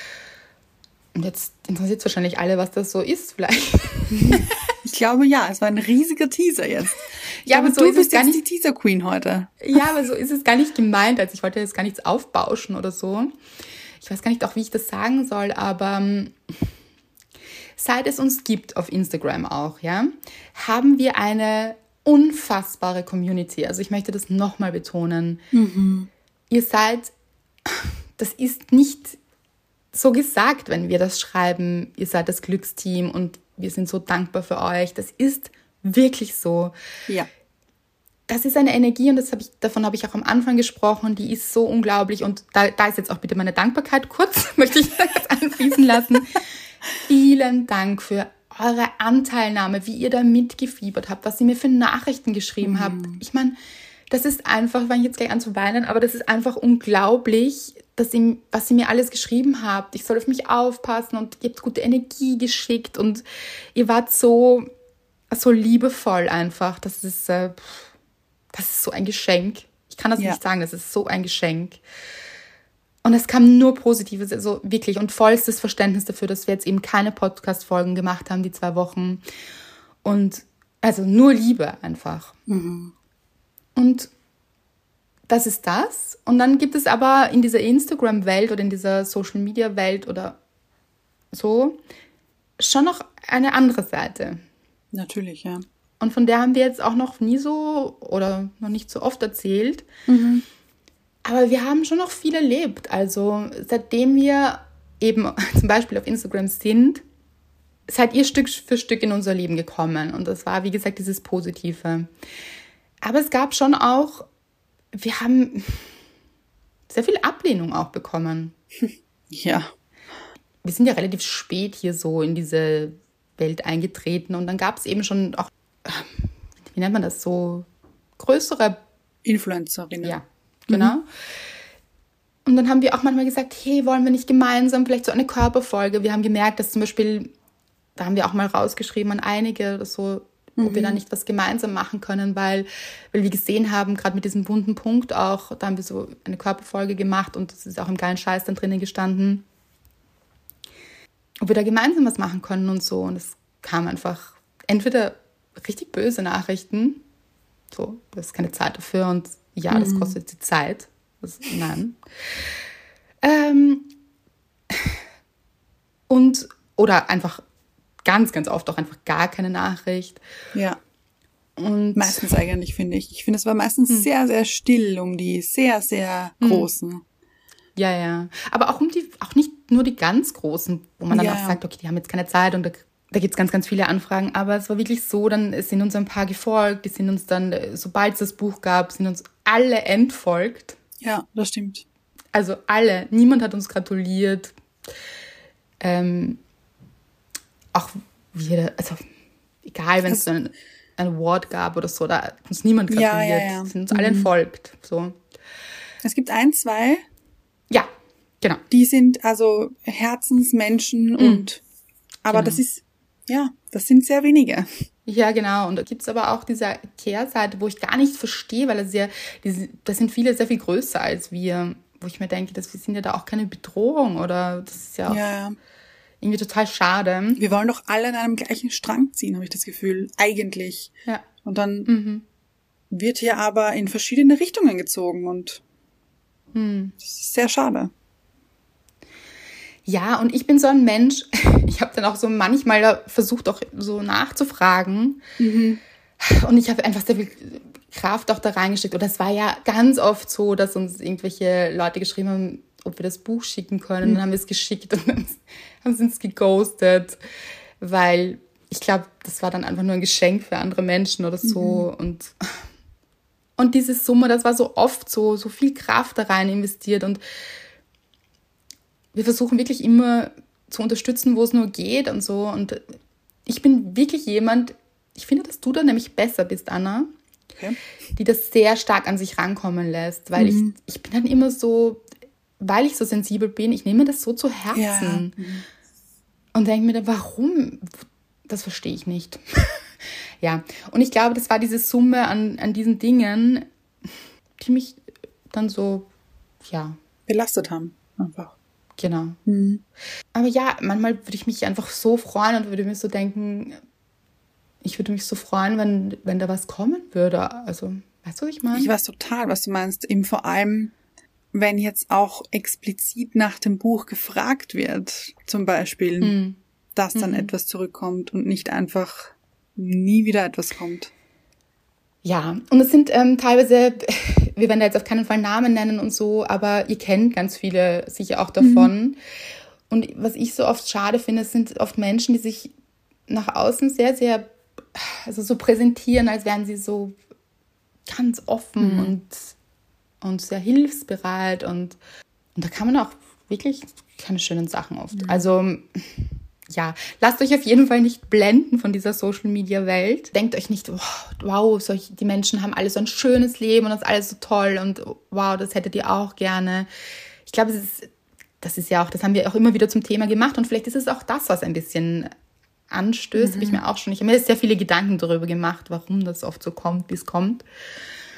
Und jetzt interessiert es wahrscheinlich alle, was das so ist vielleicht. Ich glaube, ja, es war ein riesiger Teaser jetzt. Ja, aber so du bist jetzt die Teaser-Queen heute. Ja, aber so ist es gar nicht gemeint. Also ich wollte jetzt gar nichts aufbauschen oder so. Ich weiß gar nicht auch, wie ich das sagen soll, aber seit es uns gibt auf Instagram auch, ja, haben wir eine unfassbare Community. Also ich möchte das nochmal betonen. Ihr das ist nicht so gesagt, wenn wir das schreiben, ihr seid das Glücksteam und wir sind so dankbar für euch. Das ist wirklich so. Ja. Das ist eine Energie und davon habe ich auch am Anfang gesprochen, die ist so unglaublich und da ist jetzt auch bitte meine Dankbarkeit kurz, möchte ich jetzt einfließen lassen. Vielen Dank für eure Anteilnahme, wie ihr da mitgefiebert habt, was ihr mir für Nachrichten geschrieben habt. Ich meine, das ist einfach, ich fange jetzt gleich an zu weinen, aber das ist einfach unglaublich, was ihr mir alles geschrieben habt. Ich soll auf mich aufpassen und ihr habt gute Energie geschickt und ihr wart so liebevoll einfach. Das ist so ein Geschenk. Ich kann das nicht sagen, das ist so ein Geschenk. Und Und es kam nur Positives, also wirklich, und vollstes Verständnis dafür, dass wir jetzt eben keine Podcast-Folgen gemacht haben, die 2 Wochen. Und also nur Liebe einfach. Mhm. Und das ist das. Und dann gibt es aber in dieser Instagram-Welt oder in dieser Social-Media-Welt oder so schon noch eine andere Seite. Natürlich, ja. Und von der haben wir jetzt auch noch nie so oder noch nicht so oft erzählt. Mhm. Aber wir haben schon noch viel erlebt. Also seitdem wir eben zum Beispiel auf Instagram sind, seid ihr Stück für Stück in unser Leben gekommen. Und das war, wie gesagt, dieses Positive. Aber es gab schon auch, wir haben sehr viel Ablehnung auch bekommen. Ja. Wir sind ja relativ spät hier so in diese Welt eingetreten. Und dann gab es eben schon auch, wie nennt man das, so größere Influencerinnen. Ja, genau. Und dann haben wir auch manchmal gesagt, hey, wollen wir nicht gemeinsam vielleicht so eine Körperfolge? Wir haben gemerkt, dass zum Beispiel, da haben wir auch mal rausgeschrieben an einige oder so, ob wir da nicht was gemeinsam machen können, weil wir gesehen haben, gerade mit diesem bunten Punkt auch, da haben wir so eine Körperfolge gemacht und das ist auch im geilen Scheiß dann drinnen gestanden, ob wir da gemeinsam was machen können und so. Und es kam einfach entweder richtig böse Nachrichten, so, du hast keine Zeit dafür und ja, das kostet die Zeit. Nein. Und, oder einfach ganz, ganz oft auch einfach gar keine Nachricht. Ja. Und Meistens eigentlich, finde ich. Ich finde, es war meistens sehr, sehr still um die sehr, sehr Großen. ja. Aber auch auch nicht nur die ganz Großen, wo man dann auch sagt, okay, die haben jetzt keine Zeit und da gibt es ganz, ganz viele Anfragen. Aber es war wirklich so, dann sind uns ein paar gefolgt, die sind uns dann, sobald es das Buch gab, sind uns alle entfolgt. Ja, das stimmt. Also alle. Niemand hat uns gratuliert. Auch wir, also egal, wenn es ein Award gab oder so, da hat uns niemand gratuliert. Ja. Sind uns alle entfolgt. So. Es gibt 1, 2. Ja, genau. Die sind also Herzensmenschen und, aber Genau. das ist, das sind sehr wenige. Ja, genau. Und da gibt es aber auch diese Kehrseite, wo ich gar nicht verstehe, weil das sind viele sehr viel größer als wir, wo ich mir denke, wir sind ja da auch keine Bedrohung oder das ist ja auch irgendwie total schade. Wir wollen doch alle an einem gleichen Strang ziehen, habe ich das Gefühl, eigentlich. Ja. Und dann wird hier aber in verschiedene Richtungen gezogen und das ist sehr schade. Ja, und ich bin so ein Mensch, ich habe dann auch so manchmal versucht, auch so nachzufragen. Und ich habe einfach sehr viel Kraft auch da reingesteckt. Oder es war ja ganz oft so, dass uns irgendwelche Leute geschrieben haben, ob wir das Buch schicken können. Und dann haben wir es geschickt und dann haben sie uns geghostet. Weil ich glaube, das war dann einfach nur ein Geschenk für andere Menschen oder so. Und diese Summe, das war so oft so viel Kraft da rein investiert. Und wir versuchen wirklich immer zu unterstützen, wo es nur geht und so. Und ich bin wirklich jemand, ich finde, dass du da nämlich besser bist, Anna, die das sehr stark an sich rankommen lässt. Weil ich bin dann immer so, weil ich so sensibel bin, ich nehme das so zu Herzen. Ja. Und denke mir dann, warum? Das verstehe ich nicht. Ja, und ich glaube, das war diese Summe an diesen Dingen, die mich dann so, belastet haben, einfach. Genau. Aber ja, manchmal würde ich mich einfach so freuen und würde mir so denken, ich würde mich so freuen, wenn da was kommen würde. Also, weißt du, was ich meine? Ich weiß total, was du meinst. Eben vor allem, wenn jetzt auch explizit nach dem Buch gefragt wird, zum Beispiel, dass dann etwas zurückkommt und nicht einfach nie wieder etwas kommt. Ja, und es sind teilweise, wir werden da jetzt auf keinen Fall Namen nennen und so, aber ihr kennt ganz viele sicher auch davon. Und was ich so oft schade finde, es sind oft Menschen, die sich nach außen sehr, sehr, also so präsentieren, als wären sie so ganz offen und sehr hilfsbereit. Und da kann man auch wirklich keine schönen Sachen oft. Also ja, lasst euch auf jeden Fall nicht blenden von dieser Social-Media-Welt. Denkt euch nicht, wow, die Menschen haben alle so ein schönes Leben und das ist alles so toll und wow, das hättet ihr auch gerne. Ich glaube, das ist ja auch, das haben wir auch immer wieder zum Thema gemacht und vielleicht ist es auch das, was ein bisschen anstößt. Ich habe mir sehr viele Gedanken darüber gemacht, warum das oft so kommt, wie es kommt.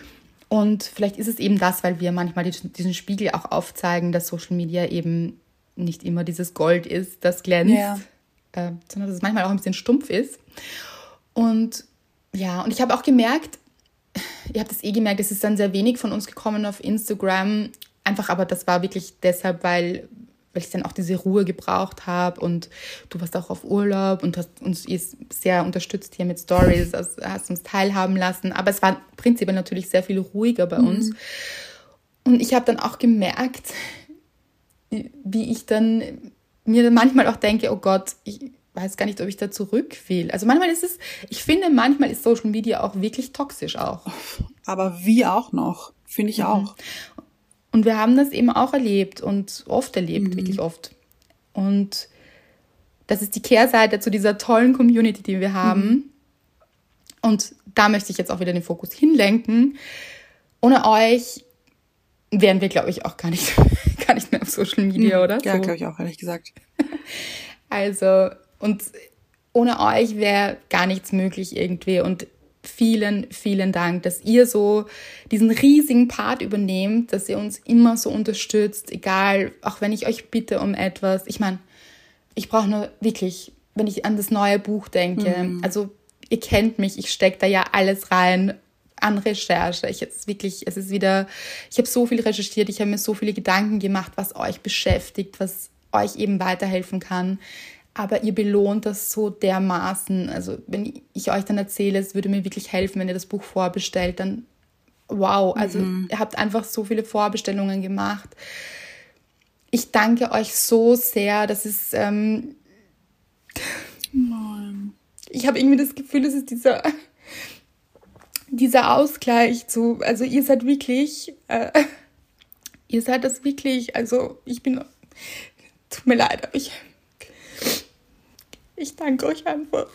Und vielleicht ist es eben das, weil wir manchmal diesen Spiegel auch aufzeigen, dass Social Media eben nicht immer dieses Gold ist, das glänzt, sondern dass es manchmal auch ein bisschen stumpf ist. Und ja, und ich habe auch gemerkt, ihr habt es gemerkt, es ist dann sehr wenig von uns gekommen auf Instagram. Einfach, aber das war wirklich deshalb, weil ich dann auch diese Ruhe gebraucht habe und du warst auch auf Urlaub und hast uns sehr unterstützt hier mit Stories, also hast uns teilhaben lassen. Aber es war prinzipiell natürlich sehr viel ruhiger bei uns. Und ich habe dann auch gemerkt, wie ich dann mir manchmal auch denke, oh Gott, ich weiß gar nicht, ob ich da zurück will. Also manchmal ich finde, manchmal ist Social Media auch wirklich toxisch auch. Aber wie auch noch, finde ich auch. Und wir haben das eben auch erlebt und oft erlebt, wirklich oft. Und das ist die Kehrseite zu dieser tollen Community, die wir haben. Und da möchte ich jetzt auch wieder den Fokus hinlenken. Ohne euch wären wir, glaube ich, auch gar nicht mehr auf Social Media, oder? Ja, glaube ich auch, ehrlich gesagt. Also, und ohne euch wäre gar nichts möglich irgendwie. Und vielen, vielen Dank, dass ihr so diesen riesigen Part übernehmt, dass ihr uns immer so unterstützt, egal, auch wenn ich euch bitte um etwas. Ich meine, ich brauche nur wirklich, wenn ich an das neue Buch denke, also ihr kennt mich, ich stecke da ja alles rein an Recherche. Ich habe so viel recherchiert, ich habe mir so viele Gedanken gemacht, was euch beschäftigt, was euch eben weiterhelfen kann. Aber ihr belohnt das so dermaßen. Also wenn ich euch dann erzähle, es würde mir wirklich helfen, wenn ihr das Buch vorbestellt, dann wow. Also ihr habt einfach so viele Vorbestellungen gemacht. Ich danke euch so sehr. Das ist, ich habe irgendwie das Gefühl, das ist dieser Ausgleich zu, also ihr seid das wirklich, also tut mir leid, aber ich danke euch einfach.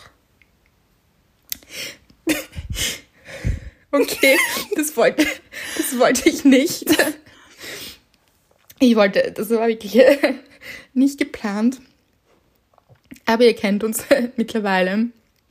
Okay, das wollte ich nicht. Das war wirklich nicht geplant. Aber ihr kennt uns mittlerweile.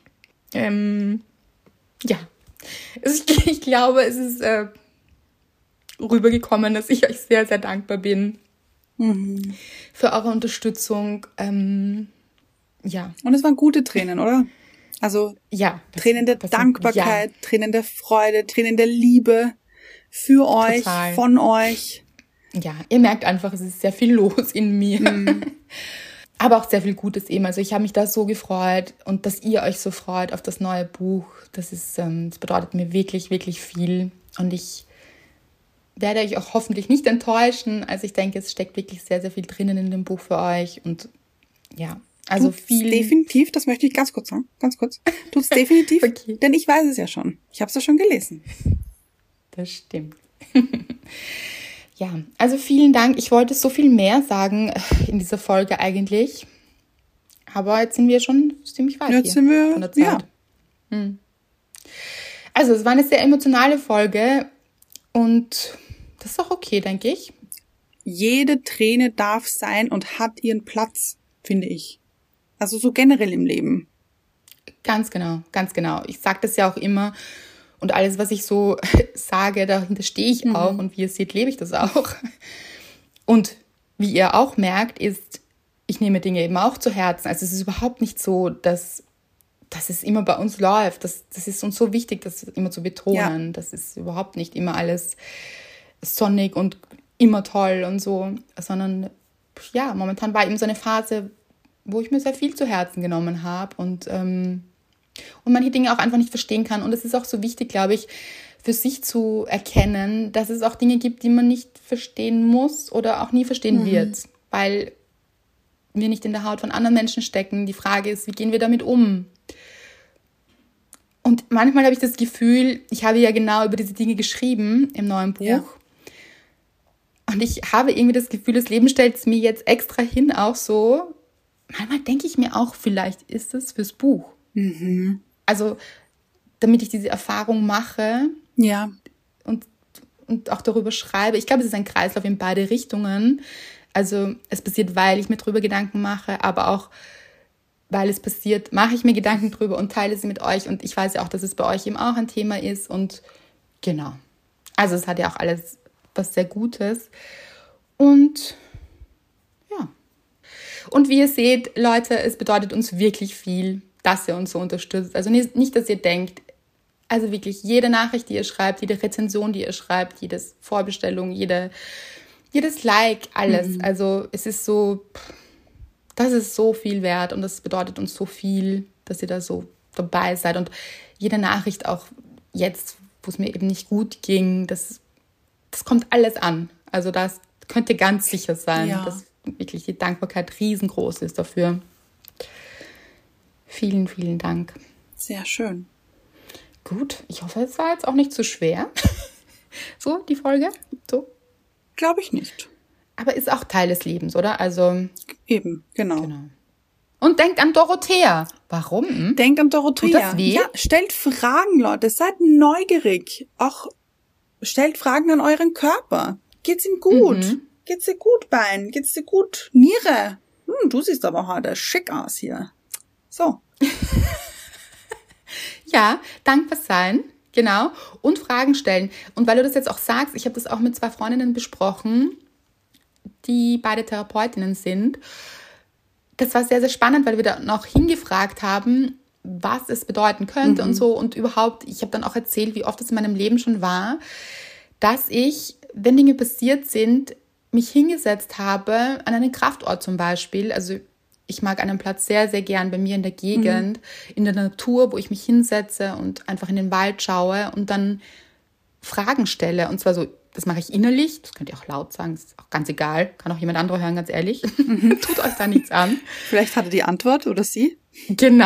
Ja. Also ich glaube, es ist rübergekommen, dass ich euch sehr, sehr dankbar bin für eure Unterstützung. Ja. Und es waren gute Tränen, oder? Also ja, Tränen der Dankbarkeit, Tränen der Freude, Tränen der Liebe für euch, von euch. Ja, ihr merkt einfach, es ist sehr viel los in mir. Aber auch sehr viel Gutes eben. Also ich habe mich da so gefreut und dass ihr euch so freut auf das neue Buch, das bedeutet mir wirklich, wirklich viel. Und ich werde euch auch hoffentlich nicht enttäuschen. Also ich denke, es steckt wirklich sehr, sehr viel drinnen in dem Buch für euch. Und ja, also viel. Definitiv, das möchte ich ganz kurz sagen. Ganz kurz. Tut's definitiv, okay. Denn ich weiß es ja schon. Ich habe es ja schon gelesen. Das stimmt. Ja, also vielen Dank. Ich wollte so viel mehr sagen in dieser Folge eigentlich. Aber jetzt sind wir schon ziemlich weit jetzt sind wir, von der Zeit. Ja. Also es war eine sehr emotionale Folge und das ist auch okay, denke ich. Jede Träne darf sein und hat ihren Platz, finde ich. Also so generell im Leben. Ganz genau, ganz genau. Ich sage das ja auch immer und alles, was ich so sage, dahinter stehe ich auch und wie ihr seht, lebe ich das auch. Und wie ihr auch merkt, ich nehme Dinge eben auch zu Herzen. Also es ist überhaupt nicht so, dass es immer bei uns läuft. Das ist uns so wichtig, das immer zu betonen. Ja. Das ist überhaupt nicht immer alles sonnig und immer toll und so, sondern ja, momentan war eben so eine Phase, wo ich mir sehr viel zu Herzen genommen habe und manche Dinge auch einfach nicht verstehen kann. Und es ist auch so wichtig, glaube ich, für sich zu erkennen, dass es auch Dinge gibt, die man nicht verstehen muss oder auch nie verstehen wird, weil wir nicht in der Haut von anderen Menschen stecken. Die Frage ist, wie gehen wir damit um? Und manchmal habe ich das Gefühl, ich habe ja genau über diese Dinge geschrieben im neuen Buch. Ja. Und ich habe irgendwie das Gefühl, das Leben stellt es mir jetzt extra hin, auch so. Manchmal denke ich mir auch, vielleicht ist es fürs Buch. Also, damit ich diese Erfahrung mache. Ja. Und auch darüber schreibe. Ich glaube, es ist ein Kreislauf in beide Richtungen. Also, es passiert, weil ich mir drüber Gedanken mache, aber auch, weil es passiert, mache ich mir Gedanken drüber und teile sie mit euch. Und ich weiß ja auch, dass es bei euch eben auch ein Thema ist. Und genau. Also es hat ja auch alles was sehr Gutes. Und ja. Und wie ihr seht, Leute, es bedeutet uns wirklich viel, dass ihr uns so unterstützt. Also nicht, dass ihr denkt, also wirklich jede Nachricht, die ihr schreibt, jede Rezension, die ihr schreibt, jedes Vorbestellung, jedes Like, alles. Also es ist so, das ist so viel wert und das bedeutet uns so viel, dass ihr da so dabei seid. Und jede Nachricht auch jetzt, wo es mir eben nicht gut ging, das kommt alles an. Also das könnt ihr ganz sicher sein, dass wirklich die Dankbarkeit riesengroß ist dafür. Vielen, vielen Dank. Sehr schön. Gut, ich hoffe, es war jetzt auch nicht zu schwer. So, die Folge? So? Glaube ich nicht. Aber ist auch Teil des Lebens, oder? Also eben, genau. Und denkt an Dorothea. Warum? Denkt an Dorothea. Tut das weh? Ja, stellt Fragen, Leute. Seid neugierig. Auch stellt Fragen an euren Körper. Geht's ihm gut? Geht's dir gut, Bein? Geht's dir gut, Niere? Du siehst aber heute schick aus hier. So. Ja, dankbar sein, genau. Und Fragen stellen. Und weil du das jetzt auch sagst, ich habe das auch mit 2 Freundinnen besprochen, die beide Therapeutinnen sind. Das war sehr, sehr spannend, weil wir da noch hingefragt haben, was es bedeuten könnte und so. Und überhaupt, ich habe dann auch erzählt, wie oft es in meinem Leben schon war, dass ich, wenn Dinge passiert sind, mich hingesetzt habe, an einen Kraftort zum Beispiel. Also ich mag einen Platz sehr, sehr gern bei mir in der Gegend, in der Natur, wo ich mich hinsetze und einfach in den Wald schaue und dann Fragen stelle. Und zwar so, das mache ich innerlich, das könnt ihr auch laut sagen, das ist auch ganz egal, kann auch jemand anderer hören, ganz ehrlich. Tut euch da nichts an. Vielleicht hat er die Antwort oder sie. Genau.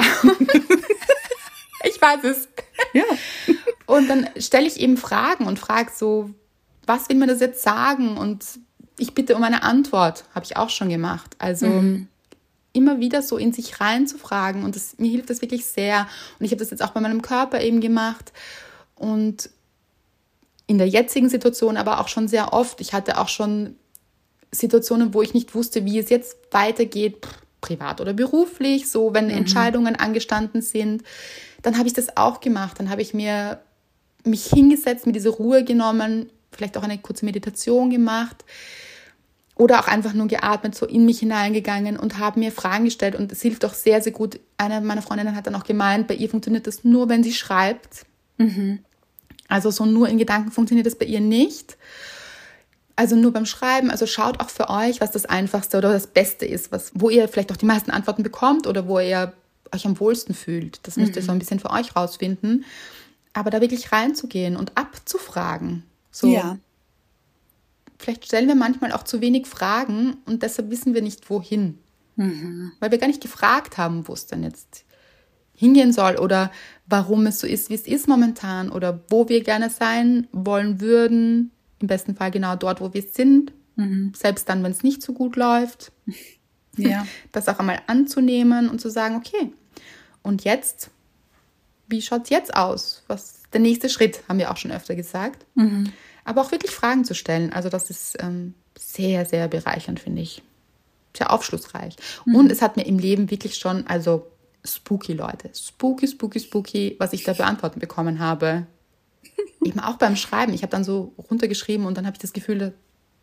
Ich weiß es. Ja. Und dann stelle ich eben Fragen und frage so, was will mir das jetzt sagen? Und ich bitte um eine Antwort, habe ich auch schon gemacht. Also immer wieder so in sich rein zu fragen und mir hilft das wirklich sehr. Und ich habe das jetzt auch bei meinem Körper eben gemacht und in der jetzigen Situation aber auch schon sehr oft. Ich hatte auch schon Situationen, wo ich nicht wusste, wie es jetzt weitergeht, privat oder beruflich, so wenn Entscheidungen angestanden sind. Dann habe ich das auch gemacht. Dann habe ich mich hingesetzt, mir diese Ruhe genommen, vielleicht auch eine kurze Meditation gemacht oder auch einfach nur geatmet, so in mich hineingegangen und habe mir Fragen gestellt. Und es hilft auch sehr, sehr gut. Eine meiner Freundinnen hat dann auch gemeint, bei ihr funktioniert das nur, wenn sie schreibt. Also so nur in Gedanken funktioniert das bei ihr nicht. Also nur beim Schreiben. Also schaut auch für euch, was das Einfachste oder das Beste ist, wo ihr vielleicht auch die meisten Antworten bekommt oder wo ihr euch am wohlsten fühlt. Das müsst ihr so ein bisschen für euch rausfinden. Aber da wirklich reinzugehen und abzufragen. So. Ja. Vielleicht stellen wir manchmal auch zu wenig Fragen und deshalb wissen wir nicht, wohin. Weil wir gar nicht gefragt haben, wo es denn jetzt hingehen soll oder warum es so ist, wie es ist momentan oder wo wir gerne sein wollen würden. Im besten Fall genau dort, wo wir sind. Selbst dann, wenn es nicht so gut läuft. Ja. Das auch einmal anzunehmen und zu sagen, okay, und jetzt, wie schaut es jetzt aus? Was ist der nächste Schritt, haben wir auch schon öfter gesagt. Aber auch wirklich Fragen zu stellen. Also das ist sehr, sehr bereichernd, finde ich. Sehr aufschlussreich. Und es hat mir im Leben wirklich schon, also spooky, Leute. Spooky, was ich da beantwortet bekommen habe. Eben auch beim Schreiben. Ich habe dann so runtergeschrieben und dann habe ich das Gefühl,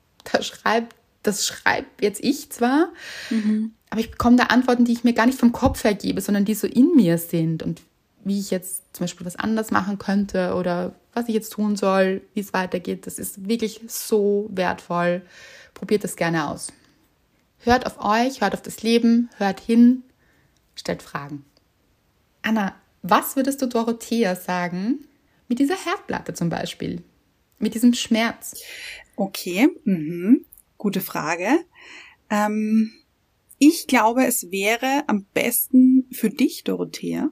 das schreibt jetzt ich zwar, aber ich bekomme da Antworten, die ich mir gar nicht vom Kopf her gebe, sondern die so in mir sind und wie ich jetzt zum Beispiel was anders machen könnte oder was ich jetzt tun soll, wie es weitergeht. Das ist wirklich so wertvoll. Probiert das gerne aus. Hört auf euch, hört auf das Leben, hört hin, stellt Fragen. Anna, was würdest du Dorothea sagen mit dieser Herdplatte zum Beispiel? Mit diesem Schmerz? Okay, gute Frage. Ich glaube, es wäre am besten für dich, Dorothea,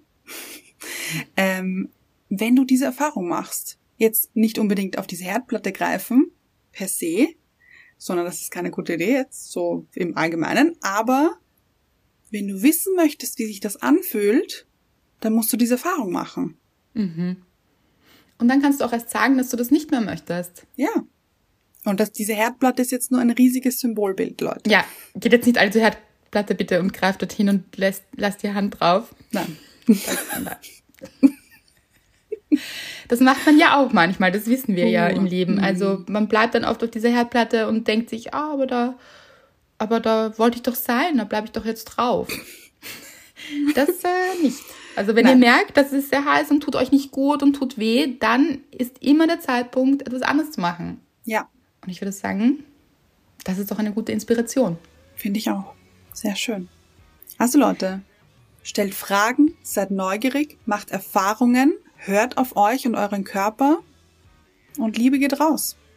wenn du diese Erfahrung machst. Jetzt nicht unbedingt auf diese Herdplatte greifen, per se, sondern das ist keine gute Idee jetzt, so im Allgemeinen. Aber wenn du wissen möchtest, wie sich das anfühlt, dann musst du diese Erfahrung machen. Und dann kannst du auch erst sagen, dass du das nicht mehr möchtest. Ja. Und diese Herdplatte ist jetzt nur ein riesiges Symbolbild, Leute. Ja, geht jetzt nicht alle zur Herdplatte bitte und greift dorthin und lasst die Hand drauf. Nein. Das macht man ja auch manchmal, das wissen wir ja im Leben. Also man bleibt dann oft auf dieser Herdplatte und denkt sich, aber da wollte ich doch sein, da bleibe ich doch jetzt drauf. Das nicht. Also wenn ihr merkt, das ist sehr heiß und tut euch nicht gut und tut weh, dann ist immer der Zeitpunkt, etwas anderes zu machen. Ja. Und ich würde sagen, das ist doch eine gute Inspiration. Finde ich auch. Sehr schön. Also Leute, stellt Fragen, seid neugierig, macht Erfahrungen, hört auf euch und euren Körper und Liebe geht raus.